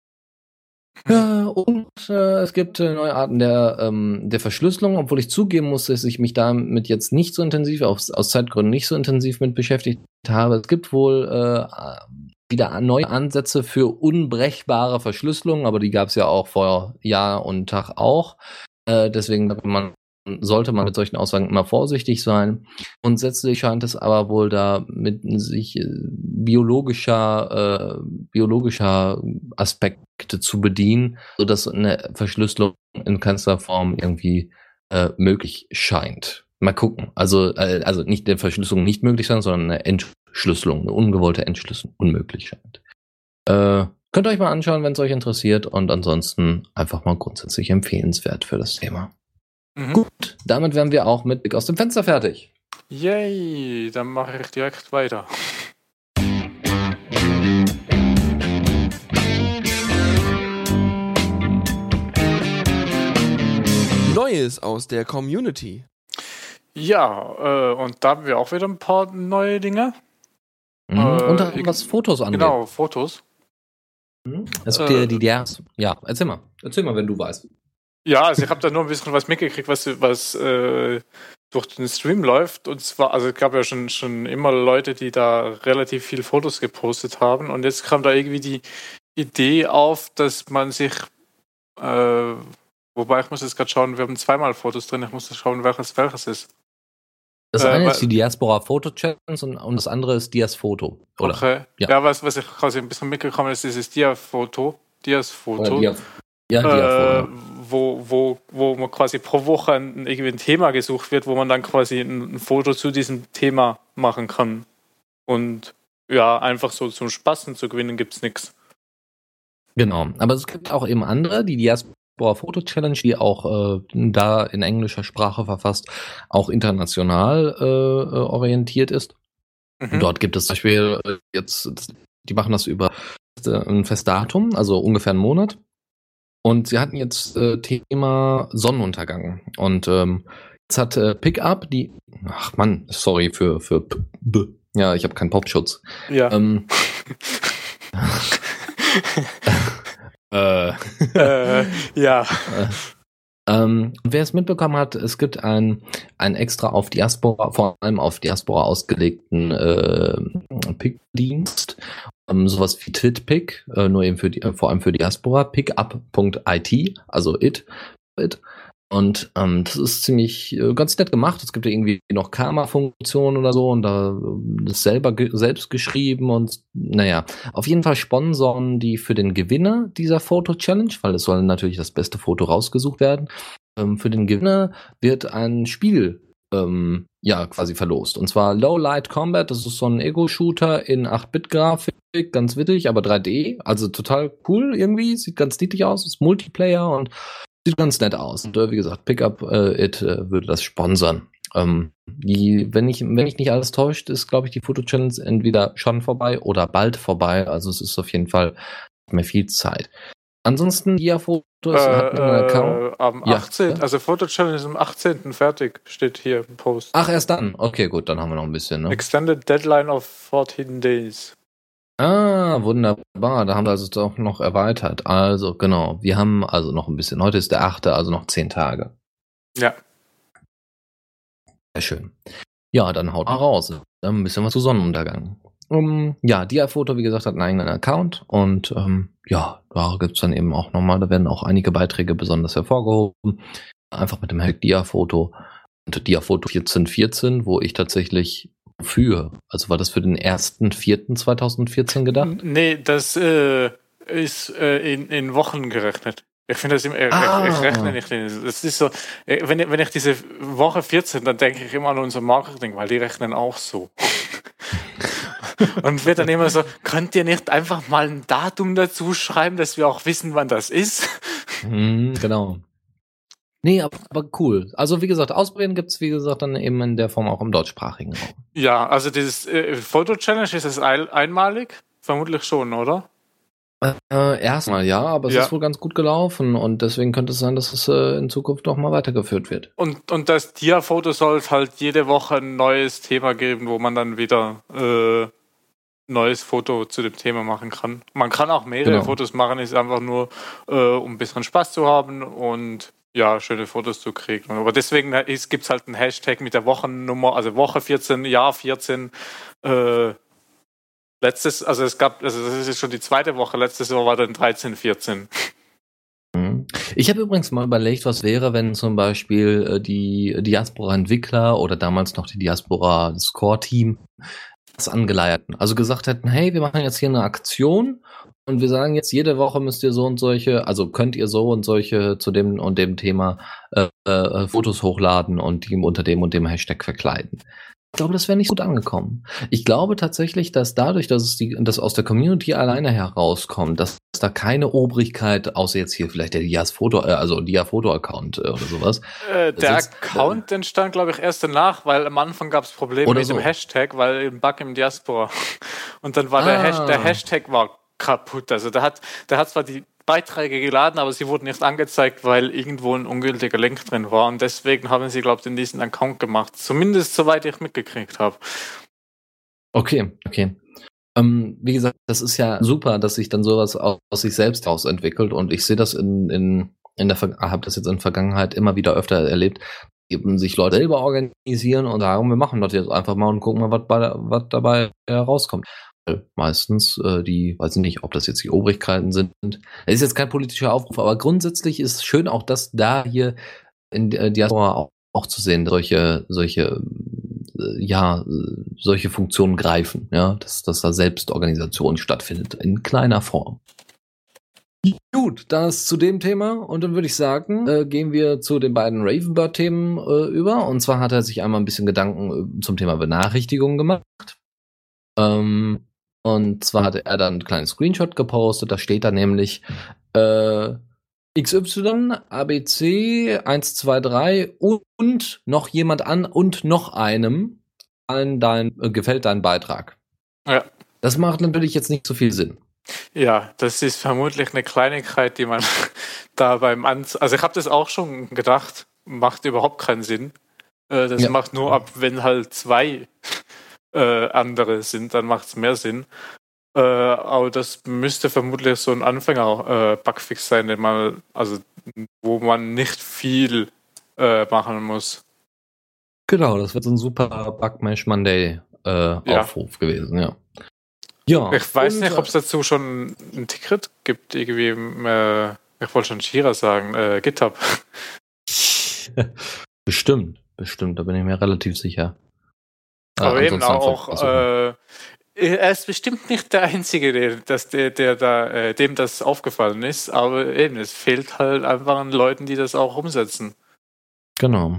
Ja, und äh, es gibt äh, neue Arten der, ähm, der Verschlüsselung, obwohl ich zugeben muss, dass ich mich damit jetzt nicht so intensiv, aus, aus Zeitgründen nicht so intensiv mit beschäftigt habe. Es gibt wohl äh, wieder neue Ansätze für unbrechbare Verschlüsselung, aber die gab es ja auch vor Jahr und Tag auch. Äh, deswegen sagt man, sollte man mit solchen Aussagen immer vorsichtig sein. Grundsätzlich scheint es aber wohl da mit sich äh, biologischer, äh, biologischer Aspekte zu bedienen, sodass eine Verschlüsselung in keinster Form irgendwie äh, möglich scheint. Mal gucken. Also, äh, also nicht eine Verschlüsselung nicht möglich sein, sondern eine Entschlüsselung, eine ungewollte Entschlüsselung unmöglich scheint. Äh, könnt ihr euch mal anschauen, wenn es euch interessiert, und ansonsten einfach mal grundsätzlich empfehlenswert für das Thema. Mhm. Gut, damit wären wir auch mit Blick aus dem Fenster fertig. Yay, dann mache ich direkt weiter. Neues aus der Community. Ja, äh, und da haben wir auch wieder ein paar neue Dinge. Mhm, äh, unter anderem was Fotos angeht. Genau, Fotos. Mhm. Also äh, die, die, die, ja, erzähl mal. Erzähl mal, wenn du weißt. Ja, also ich habe da nur ein bisschen was mitgekriegt, was, was äh, durch den Stream läuft. Und zwar, also es gab ja schon, schon immer Leute, die da relativ viel Fotos gepostet haben. Und jetzt kam da irgendwie die Idee auf, dass man sich, äh, wobei ich muss jetzt gerade schauen, wir haben zweimal Fotos drin, ich muss schauen, welches welches ist. Das Äh, eine wa- ist die Diaspora Photo Challenge und, und das andere ist Dias Foto. Oder? Okay. Ja. Ja, was, was ich quasi ein bisschen mitgekommen ist, ist dieses Dia-Foto. Oder Dias-Foto. Dia, ja, äh, Dia-Foto. wo, wo, wo man quasi pro Woche ein, irgendwie ein Thema gesucht wird, wo man dann quasi ein, ein Foto zu diesem Thema machen kann. Und ja, einfach so zum Spaßen zu gewinnen gibt's nichts. Genau. Aber es gibt auch eben andere, die Diaspora Photo Challenge, die auch äh, da in englischer Sprache verfasst, auch international äh, äh, orientiert ist. Mhm. Dort gibt es zum Beispiel äh, jetzt, die machen das über äh, ein Festdatum, also ungefähr einen Monat. Und sie hatten jetzt äh, Thema Sonnenuntergang. Und ähm, jetzt hat äh, Pickup die, ach Mann, sorry für, für P B. Ja, ich habe keinen Popschutz. Ja. Ähm, äh, äh, ja. Ähm, wer es mitbekommen hat, es gibt ein, ein extra auf Diaspora, vor allem auf Diaspora ausgelegten äh, Pick-Dienst, ähm, sowas wie TwitPic, äh, nur eben für die, äh, vor allem für Diaspora, pickup punkt I T, also it, it. Und ähm, das ist ziemlich äh, ganz nett gemacht. Es gibt ja irgendwie noch Karma-Funktionen oder so und da äh, das selber ge selbst geschrieben und naja, auf jeden Fall sponsoren die für den Gewinner dieser Foto-Challenge, weil es soll natürlich das beste Foto rausgesucht werden. Ähm, für den Gewinner wird ein Spiel ähm, ja quasi verlost. Und zwar Low Light Combat, das ist so ein Ego-Shooter in acht Bit Grafik, ganz witzig, aber drei D, also total cool irgendwie, sieht ganz niedlich aus, ist Multiplayer und sieht ganz nett aus. Und äh, wie gesagt, Pickup äh, It äh, würde das sponsern. Ähm, die, wenn ich, wenn ich nicht alles täuscht, ist, glaube ich, die Foto-Challenge entweder schon vorbei oder bald vorbei. Also es ist auf jeden Fall nicht mehr viel Zeit. Ansonsten, Dia-Fotos Äh, hat einen Account. äh, am Ja, achtzehnten. ja. Also Foto-Challenge ist am achtzehnten fertig, steht hier im Post. Ach, erst dann. Okay, gut, dann haben wir noch ein bisschen, ne? Extended Deadline of fourteen days. Ah, wunderbar. Da haben wir also doch noch erweitert. Also, genau. Wir haben also noch ein bisschen. Heute ist der achte, also noch zehn Tage. Ja. Sehr schön. Ja, dann haut mal raus. Dann ein bisschen was zu Sonnenuntergang. Um, ja, Dia-Foto, wie gesagt, hat einen eigenen Account und ähm, ja, da gibt's dann eben auch nochmal, da werden auch einige Beiträge besonders hervorgehoben. Einfach mit dem Hashtag Dia-Foto und Dia-Foto vierzehn vierzehn, wo ich tatsächlich für, also war das für den ersten vierten zweitausendvierzehn gedacht? Nee, das äh, ist äh, in, in Wochen gerechnet. Ich finde das immer, ich, Ah. ich rechne nicht. Das ist so, äh, wenn, ich- wenn ich diese Woche vierzehn, dann denke ich immer an unser Marketing, weil die rechnen auch so. Und wird dann immer so, könnt ihr nicht einfach mal ein Datum dazu schreiben, dass wir auch wissen, wann das ist? Mhm, genau. Nee, aber, aber cool. Also wie gesagt, ausprobieren gibt's wie gesagt, dann eben in der Form auch im deutschsprachigen Raum. Ja, also dieses äh, Foto-Challenge, ist es ein, einmalig? Vermutlich schon, oder? Äh, erstmal ja, aber es Ja. ist wohl ganz gut gelaufen und deswegen könnte es sein, dass es äh, in Zukunft noch mal weitergeführt wird. Und, und das Dia-Foto soll halt jede Woche ein neues Thema geben, wo man dann wieder äh, neues Foto zu dem Thema machen kann. Man kann auch mehrere Genau. Fotos machen, ist einfach nur, äh, um ein bisschen Spaß zu haben und ja, schöne Fotos zu kriegen. Aber deswegen gibt es halt einen Hashtag mit der Wochennummer, also Woche vierzehn, Jahr vierzehn. Äh, letztes, also es gab, also das ist jetzt schon die zweite Woche, letztes Jahr war dann dreizehn, vierzehn. Mhm. Ich habe übrigens mal überlegt, was wäre, wenn zum Beispiel äh, die Diaspora-Entwickler oder damals noch die Diaspora-Score-Team das angeleiert hätten. Also gesagt hätten, hey, wir machen jetzt hier eine Aktion und wir sagen jetzt, jede Woche müsst ihr so und solche, also könnt ihr so und solche zu dem und dem Thema äh, äh, Fotos hochladen und die unter dem und dem Hashtag verkleiden. Ich glaube, das wäre nicht gut angekommen. Ich glaube tatsächlich, dass dadurch, dass es die, dass aus der Community alleine herauskommt, dass da keine Obrigkeit, außer jetzt hier vielleicht der Dias-Foto, äh, also Dia-Foto-Account äh, oder sowas. Äh, der Sitzt- Account entstand, glaube ich, erst danach, weil am Anfang gab es Probleme Oder mit so. dem Hashtag, weil ein Bug im Diaspora. Und dann war der, Ah. Hashtag, der Hashtag war kaputt. Also der hat, der hat zwar die Beiträge geladen, aber sie wurden nicht angezeigt, weil irgendwo ein ungültiger Link drin war. Und deswegen haben sie, glaube ich, den diesen Account gemacht. Zumindest soweit ich mitgekriegt habe. Okay, okay. Ähm, wie gesagt, das ist ja super, dass sich dann sowas aus, aus sich selbst heraus entwickelt und ich sehe das in, in, in der Ver- habe das jetzt in der Vergangenheit immer wieder öfter erlebt, eben sich Leute selber organisieren und sagen, wir machen das jetzt einfach mal und gucken mal, was, bei, was dabei herauskommt. Weil meistens äh, die, weiß ich nicht, ob das jetzt die Obrigkeiten sind. Es ist jetzt kein politischer Aufruf, aber grundsätzlich ist es schön auch, dass da hier in der Diaspora auch, auch zu sehen, solche, solche ja solche Funktionen greifen, ja, dass, dass da Selbstorganisation stattfindet in kleiner Form. Gut, das zu dem Thema und dann würde ich sagen, äh, gehen wir zu den beiden Ravenbird-Themen äh, über. Und zwar hat er sich einmal ein bisschen Gedanken zum Thema Benachrichtigungen gemacht. Ähm, und zwar hatte er dann einen kleinen Screenshot gepostet, da steht da nämlich äh, X Y, A B C, eins, zwei, drei und noch jemand an und noch einem allen dein, äh, gefällt dein Beitrag. Ja. Das macht natürlich jetzt nicht so viel Sinn. Ja, das ist vermutlich eine Kleinigkeit, die man da beim Anz... Also ich habe das auch schon gedacht, macht überhaupt keinen Sinn. Äh, das Ja. macht nur ab, wenn halt zwei äh, andere sind, dann macht es mehr Sinn. Äh, aber das müsste vermutlich so ein Anfänger-Bugfix sein, den man, also wo man nicht viel äh, machen muss. Genau, das wird so ein super Bugmash Monday äh, Ja. Aufruf gewesen, ja. Ja. Ich weiß und, nicht, äh, ob es dazu schon ein Ticket gibt, irgendwie, äh, ich wollte schon Jira sagen, äh, GitHub. Bestimmt, bestimmt, da bin ich mir relativ sicher. Äh, Aber eben ansonsten auch, einfach versuchen. äh, er ist bestimmt nicht der Einzige, der, das, der, der da, äh, dem das aufgefallen ist, aber eben, es fehlt halt einfach an Leuten, die das auch umsetzen. Genau.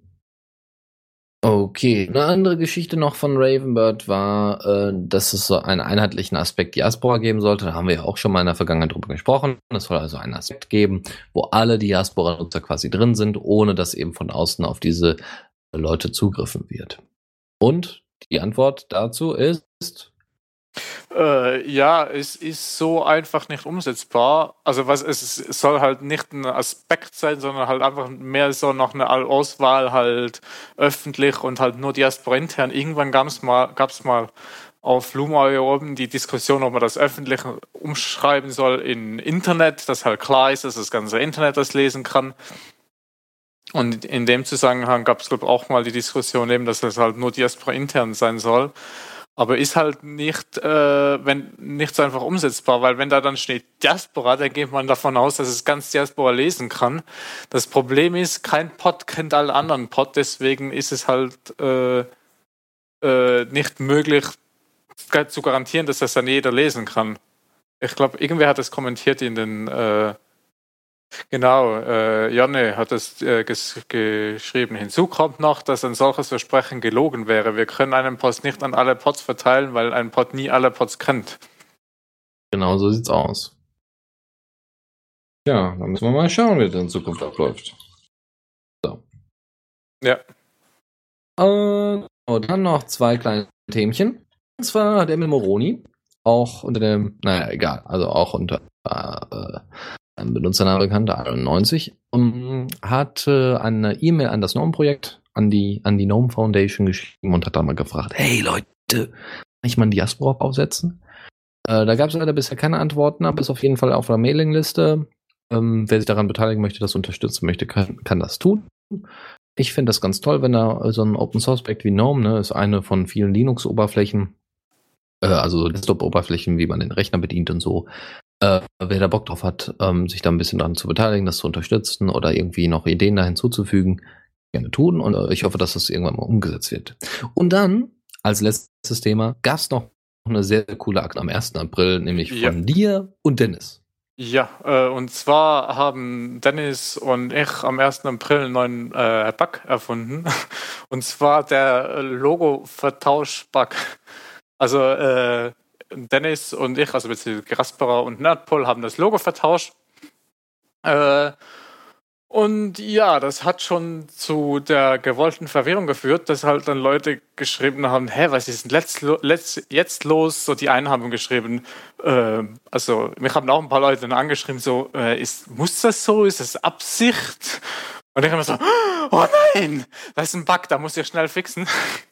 Okay, eine andere Geschichte noch von Ravenbird war, äh, dass es so einen einheitlichen Aspekt Diaspora geben sollte. Da haben wir ja auch schon mal in der Vergangenheit drüber gesprochen. Es soll also einen Aspekt geben, wo alle Diaspora-Nutzer quasi drin sind, ohne dass eben von außen auf diese Leute zugriffen wird. Und die Antwort dazu ist... Äh, ja, es ist so einfach nicht umsetzbar. Also was es, es soll halt nicht ein Aspekt sein, sondern halt einfach mehr so noch eine Auswahl halt öffentlich und halt nur Diaspora intern. Irgendwann gab es mal, gab's mal auf Luma hier oben die Diskussion, ob man das öffentlich umschreiben soll in Internet, dass halt klar ist, dass das ganze Internet das lesen kann. Und in dem Zusammenhang gab es, glaube ich, auch mal die Diskussion eben, dass das halt nur Diaspora intern sein soll. Aber ist halt nicht, äh, wenn nichts einfach umsetzbar, weil wenn da dann steht Diaspora, dann geht man davon aus, dass es ganz Diaspora lesen kann. Das Problem ist, kein Pod kennt alle anderen Pod, deswegen ist es halt äh, äh, nicht möglich zu garantieren, dass das dann jeder lesen kann. Ich glaube, irgendwer hat das kommentiert in den äh, Genau, äh, Janne hat es äh, ges- geschrieben. Hinzu kommt noch, dass ein solches Versprechen gelogen wäre. Wir können einen Post nicht an alle Pods verteilen, weil ein Pod nie alle Pods kennt. Genau so sieht's aus. Ja, dann müssen wir mal schauen, wie das in Zukunft abläuft. So. Ja. Äh, und dann noch zwei kleine Themchen. Und zwar hat Emil Moroni, auch unter dem, naja, egal, also auch unter äh, einem Benutzernamen bekannt, einundneunzig, um, hat äh, eine E-Mail an das GNOME-Projekt, an die, an die GNOME Foundation geschrieben und hat da mal gefragt, hey Leute, kann ich mal einen Diaspora aufsetzen? Äh, da gab es leider bisher keine Antworten, aber ist auf jeden Fall auf der Mailingliste. Ähm, wer sich daran beteiligen möchte, das unterstützen möchte, kann, kann das tun. Ich finde das ganz toll, wenn da so ein Open-Source-Projekt wie GNOME, ne, ist eine von vielen Linux-Oberflächen, äh, also Desktop-Oberflächen, wie man den Rechner bedient und so. Äh, wer da Bock drauf hat, ähm, sich da ein bisschen dran zu beteiligen, das zu unterstützen oder irgendwie noch Ideen da hinzuzufügen, gerne tun. Und äh, ich hoffe, dass das irgendwann mal umgesetzt wird. Und dann, als letztes Thema, gab es noch eine sehr, sehr coole Aktion am ersten April, nämlich von Ja. dir und Dennis. Ja, äh, und zwar haben Dennis und ich am ersten April einen neuen äh, Bug erfunden. Und zwar der Logo-Vertausch-Bug. Also äh, Dennis und ich, also beziehungsweise Grasperer und Nerdpol, haben das Logo vertauscht. Äh, und ja, das hat schon zu der gewollten Verwirrung geführt, dass halt dann Leute geschrieben haben, hä, was ist denn letzt, letzt, jetzt los? So die einen haben geschrieben, äh, also mich haben auch ein paar Leute dann angeschrieben, so, äh, ist, muss das so? Ist das Absicht? Und ich habe mir so, oh nein, das ist ein Bug, da muss ich schnell fixen.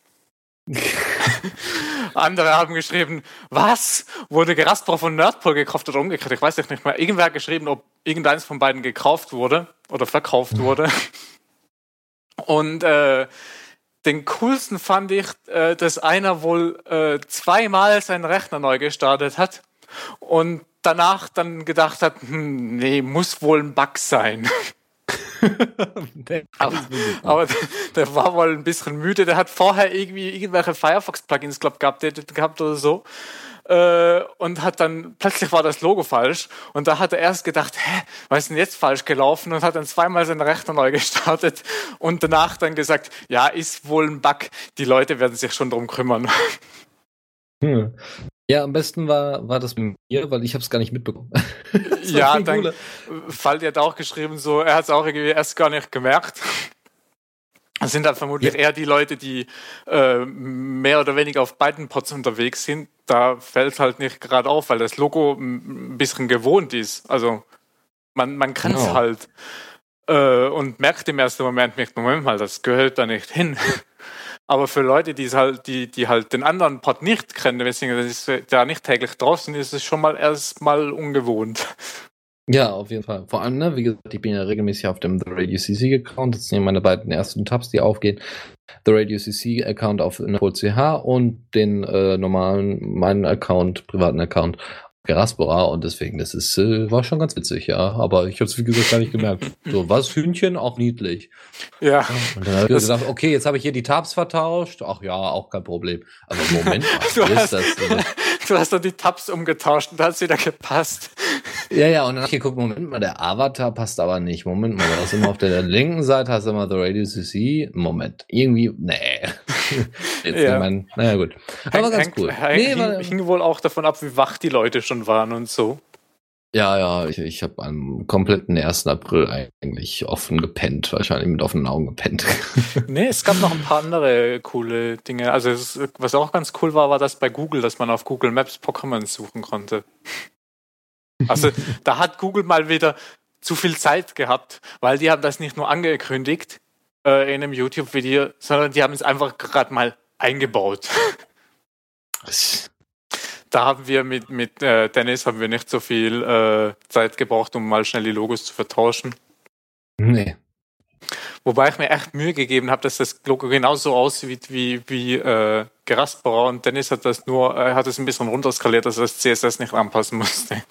Andere haben geschrieben, was? Wurde Gerasper von Nerdpol gekauft oder umgekehrt? Ich weiß nicht mehr. Irgendwer hat geschrieben, ob irgendeins von beiden gekauft wurde oder verkauft wurde. Und äh, den coolsten fand ich, äh, dass einer wohl äh, zweimal seinen Rechner neu gestartet hat und danach dann gedacht hat, hm, nee, muss wohl ein Bug sein. Der Aber, aber der, der war wohl ein bisschen müde. Der hat vorher irgendwie irgendwelche Firefox-Plugins, glaube ich, geupdatet gehabt oder so. Äh, und hat dann, plötzlich war das Logo falsch. Und da hat er erst gedacht, hä, was ist denn jetzt falsch gelaufen? Und hat dann zweimal seinen Rechner neu gestartet. Und danach dann gesagt, ja, ist wohl ein Bug. Die Leute werden sich schon drum kümmern. Hm. Ja, am besten war, war das mit mir, weil ich habe es gar nicht mitbekommen. Ja, dann Faldi hat auch geschrieben, so, er hat es auch irgendwie erst gar nicht gemerkt. Das sind dann vermutlich ja. eher die Leute, die äh, mehr oder weniger auf beiden Pods unterwegs sind. Da fällt es halt nicht gerade auf, weil das Logo ein bisschen gewohnt ist. Also man, man kann es genau. halt äh, und merkt im ersten Moment nicht, Moment mal, das gehört da nicht hin. Aber für Leute, die halt, die, die halt den anderen Pod nicht kennen, weswegen da nicht täglich draußen ist, ist es schon mal erstmal ungewohnt. Ja, auf jeden Fall. Vor allem, ne, wie gesagt, ich bin ja regelmäßig auf dem The Radio C C-Account. Das sind meine beiden ersten Tabs, die aufgehen. The Radio C C-Account auf Nerdpol.ch und den äh, normalen, meinen Account, privaten Account Geraspora, und deswegen, das ist, äh, war schon ganz witzig, ja. Aber ich habe es, wie gesagt, gar nicht gemerkt. So, was, Hühnchen? Auch niedlich. Ja. Und dann habe ich gesagt, okay, jetzt habe ich hier die Tabs vertauscht. Ach ja, auch kein Problem. Aber Moment, was du ist hast, das? Du hast doch die Tabs umgetauscht und da hat es wieder gepasst. Ja, ja, und dann habe ich geguckt, Moment mal, der Avatar passt aber nicht. Moment mal, da hast du immer auf der linken Seite, hast du immer The Radio C C. Moment, irgendwie, nee. Jetzt ja. mein, naja, gut. Aber Häng, ganz häng, cool. Häng, Nee, hing, war, hing wohl auch davon ab, wie wach die Leute schon waren und so. ja, ja, ich, ich habe am kompletten ersten April eigentlich offen gepennt, wahrscheinlich mit offenen Augen gepennt. Nee, es gab noch ein paar andere coole Dinge. Also es, was auch ganz cool war, war das bei Google, dass man auf Google Maps Pokémon suchen konnte. Also da hat Google mal wieder zu viel Zeit gehabt, weil die haben das nicht nur angekündigt äh, in einem YouTube-Video, sondern die haben es einfach gerade mal eingebaut. Da haben wir mit, mit äh, Dennis haben wir nicht so viel äh, Zeit gebraucht, um mal schnell die Logos zu vertauschen. Nee. Wobei ich mir echt Mühe gegeben habe, dass das Logo genauso aussieht wie, wie äh, Geraspora, und Dennis hat das nur, äh, hat es ein bisschen runterskaliert, dass er das C S S nicht anpassen musste.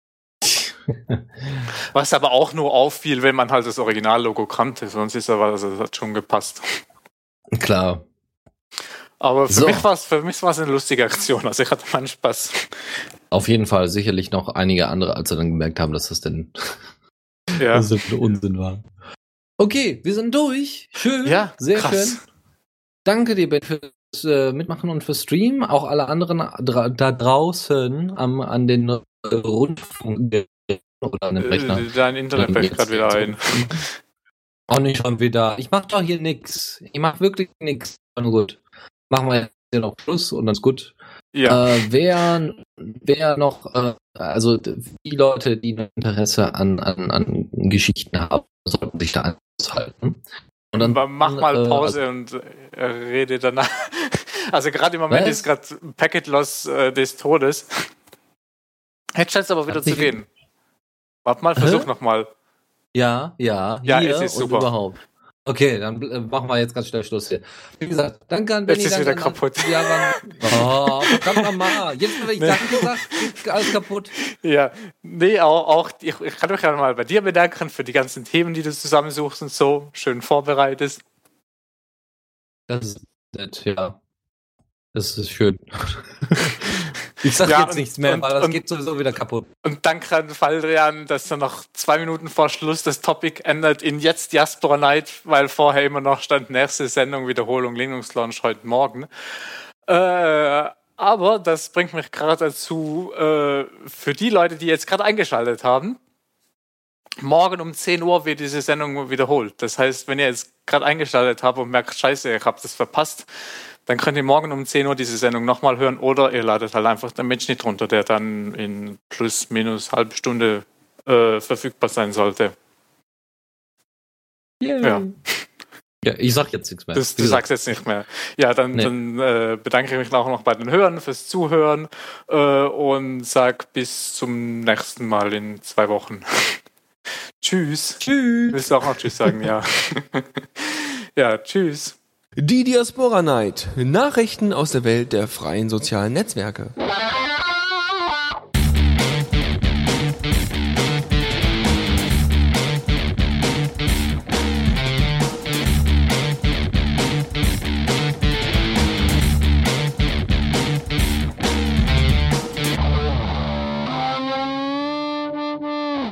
Was aber auch nur auffiel, wenn man halt das Originallogo kannte, sonst ist aber, also das hat schon gepasst. Klar. Aber für So. mich war es für mich war es eine lustige Aktion, also ich hatte meinen Spaß. Auf jeden Fall sicherlich noch einige andere, als wir dann gemerkt haben, dass das denn Ja. dass das ein Unsinn war. Okay, wir sind durch. Schön. Ja, sehr krass. schön. Danke dir, Ben, fürs äh, Mitmachen und fürs Stream. Auch alle anderen dra- da draußen am, an den äh, Rundfunk oder an dem Rechner. Äh, Dein Internet Ähm, bricht jetzt- gerade wieder ein. Auch nicht schon wieder. Ich mach doch hier nix. Ich mach wirklich nix. Na gut. Machen wir jetzt hier noch Schluss und dann ist gut. Ja. Äh, wer, wer noch, äh, also die Leute, die noch Interesse an, an, an Geschichten haben, sollten sich da aushalten. Und dann Mach mal äh, Pause und äh, rede danach. Also gerade im Moment Was? ist gerade Packet Loss äh, des Todes. Jetzt scheint es aber wieder Hat zu sich- gehen. Warte mal, versuch Hä? nochmal. Ja, ja, Ja, hier es ist und super. überhaupt. Okay, dann äh, machen wir jetzt ganz schnell Schluss hier. Wie gesagt, danke an Benni. Jetzt ist danke wieder an- kaputt. Ja, wann, oh, verdammt nochmal. Jetzt, wenn ich Nee. danke gesagt, ist alles kaputt. Ja, nee, auch, auch ich, ich kann mich ja mal bei dir bedanken für die ganzen Themen, die du zusammensuchst und so schön vorbereitest. Das ist nett, ja. Das ist schön. Ich sag Ja, jetzt und- nichts mehr, und- weil das und- geht sowieso wieder kaputt. Und danke an Valdrian, dass er noch zwei Minuten vor Schluss das Topic ändert in jetzt Diaspora Night, weil vorher immer noch stand nächste Sendung, Wiederholung, Linux Launch heute Morgen. Äh, aber das bringt mich gerade dazu, äh, für die Leute, die jetzt gerade eingeschaltet haben, morgen um zehn Uhr wird diese Sendung wiederholt. Das heißt, wenn ihr jetzt gerade eingeschaltet habt und merkt, scheiße, ich habe das verpasst, dann könnt ihr morgen um zehn Uhr diese Sendung nochmal hören oder ihr ladet halt einfach den Mitschnitt runter, der dann in plus minus halbe Stunde äh, verfügbar sein sollte. Ja. Ja, ich sag jetzt nichts mehr. Das, Wie du gesagt, sagst jetzt nicht mehr. Ja, dann, Nee. dann äh, bedanke ich mich auch noch bei den Hörern fürs Zuhören äh, und sag bis zum nächsten Mal in zwei Wochen. Tschüss. Tschüss. Willst du auch noch Tschüss sagen? Ja. Ja, tschüss. Die Diaspora Night. Nachrichten aus der Welt der freien sozialen Netzwerke.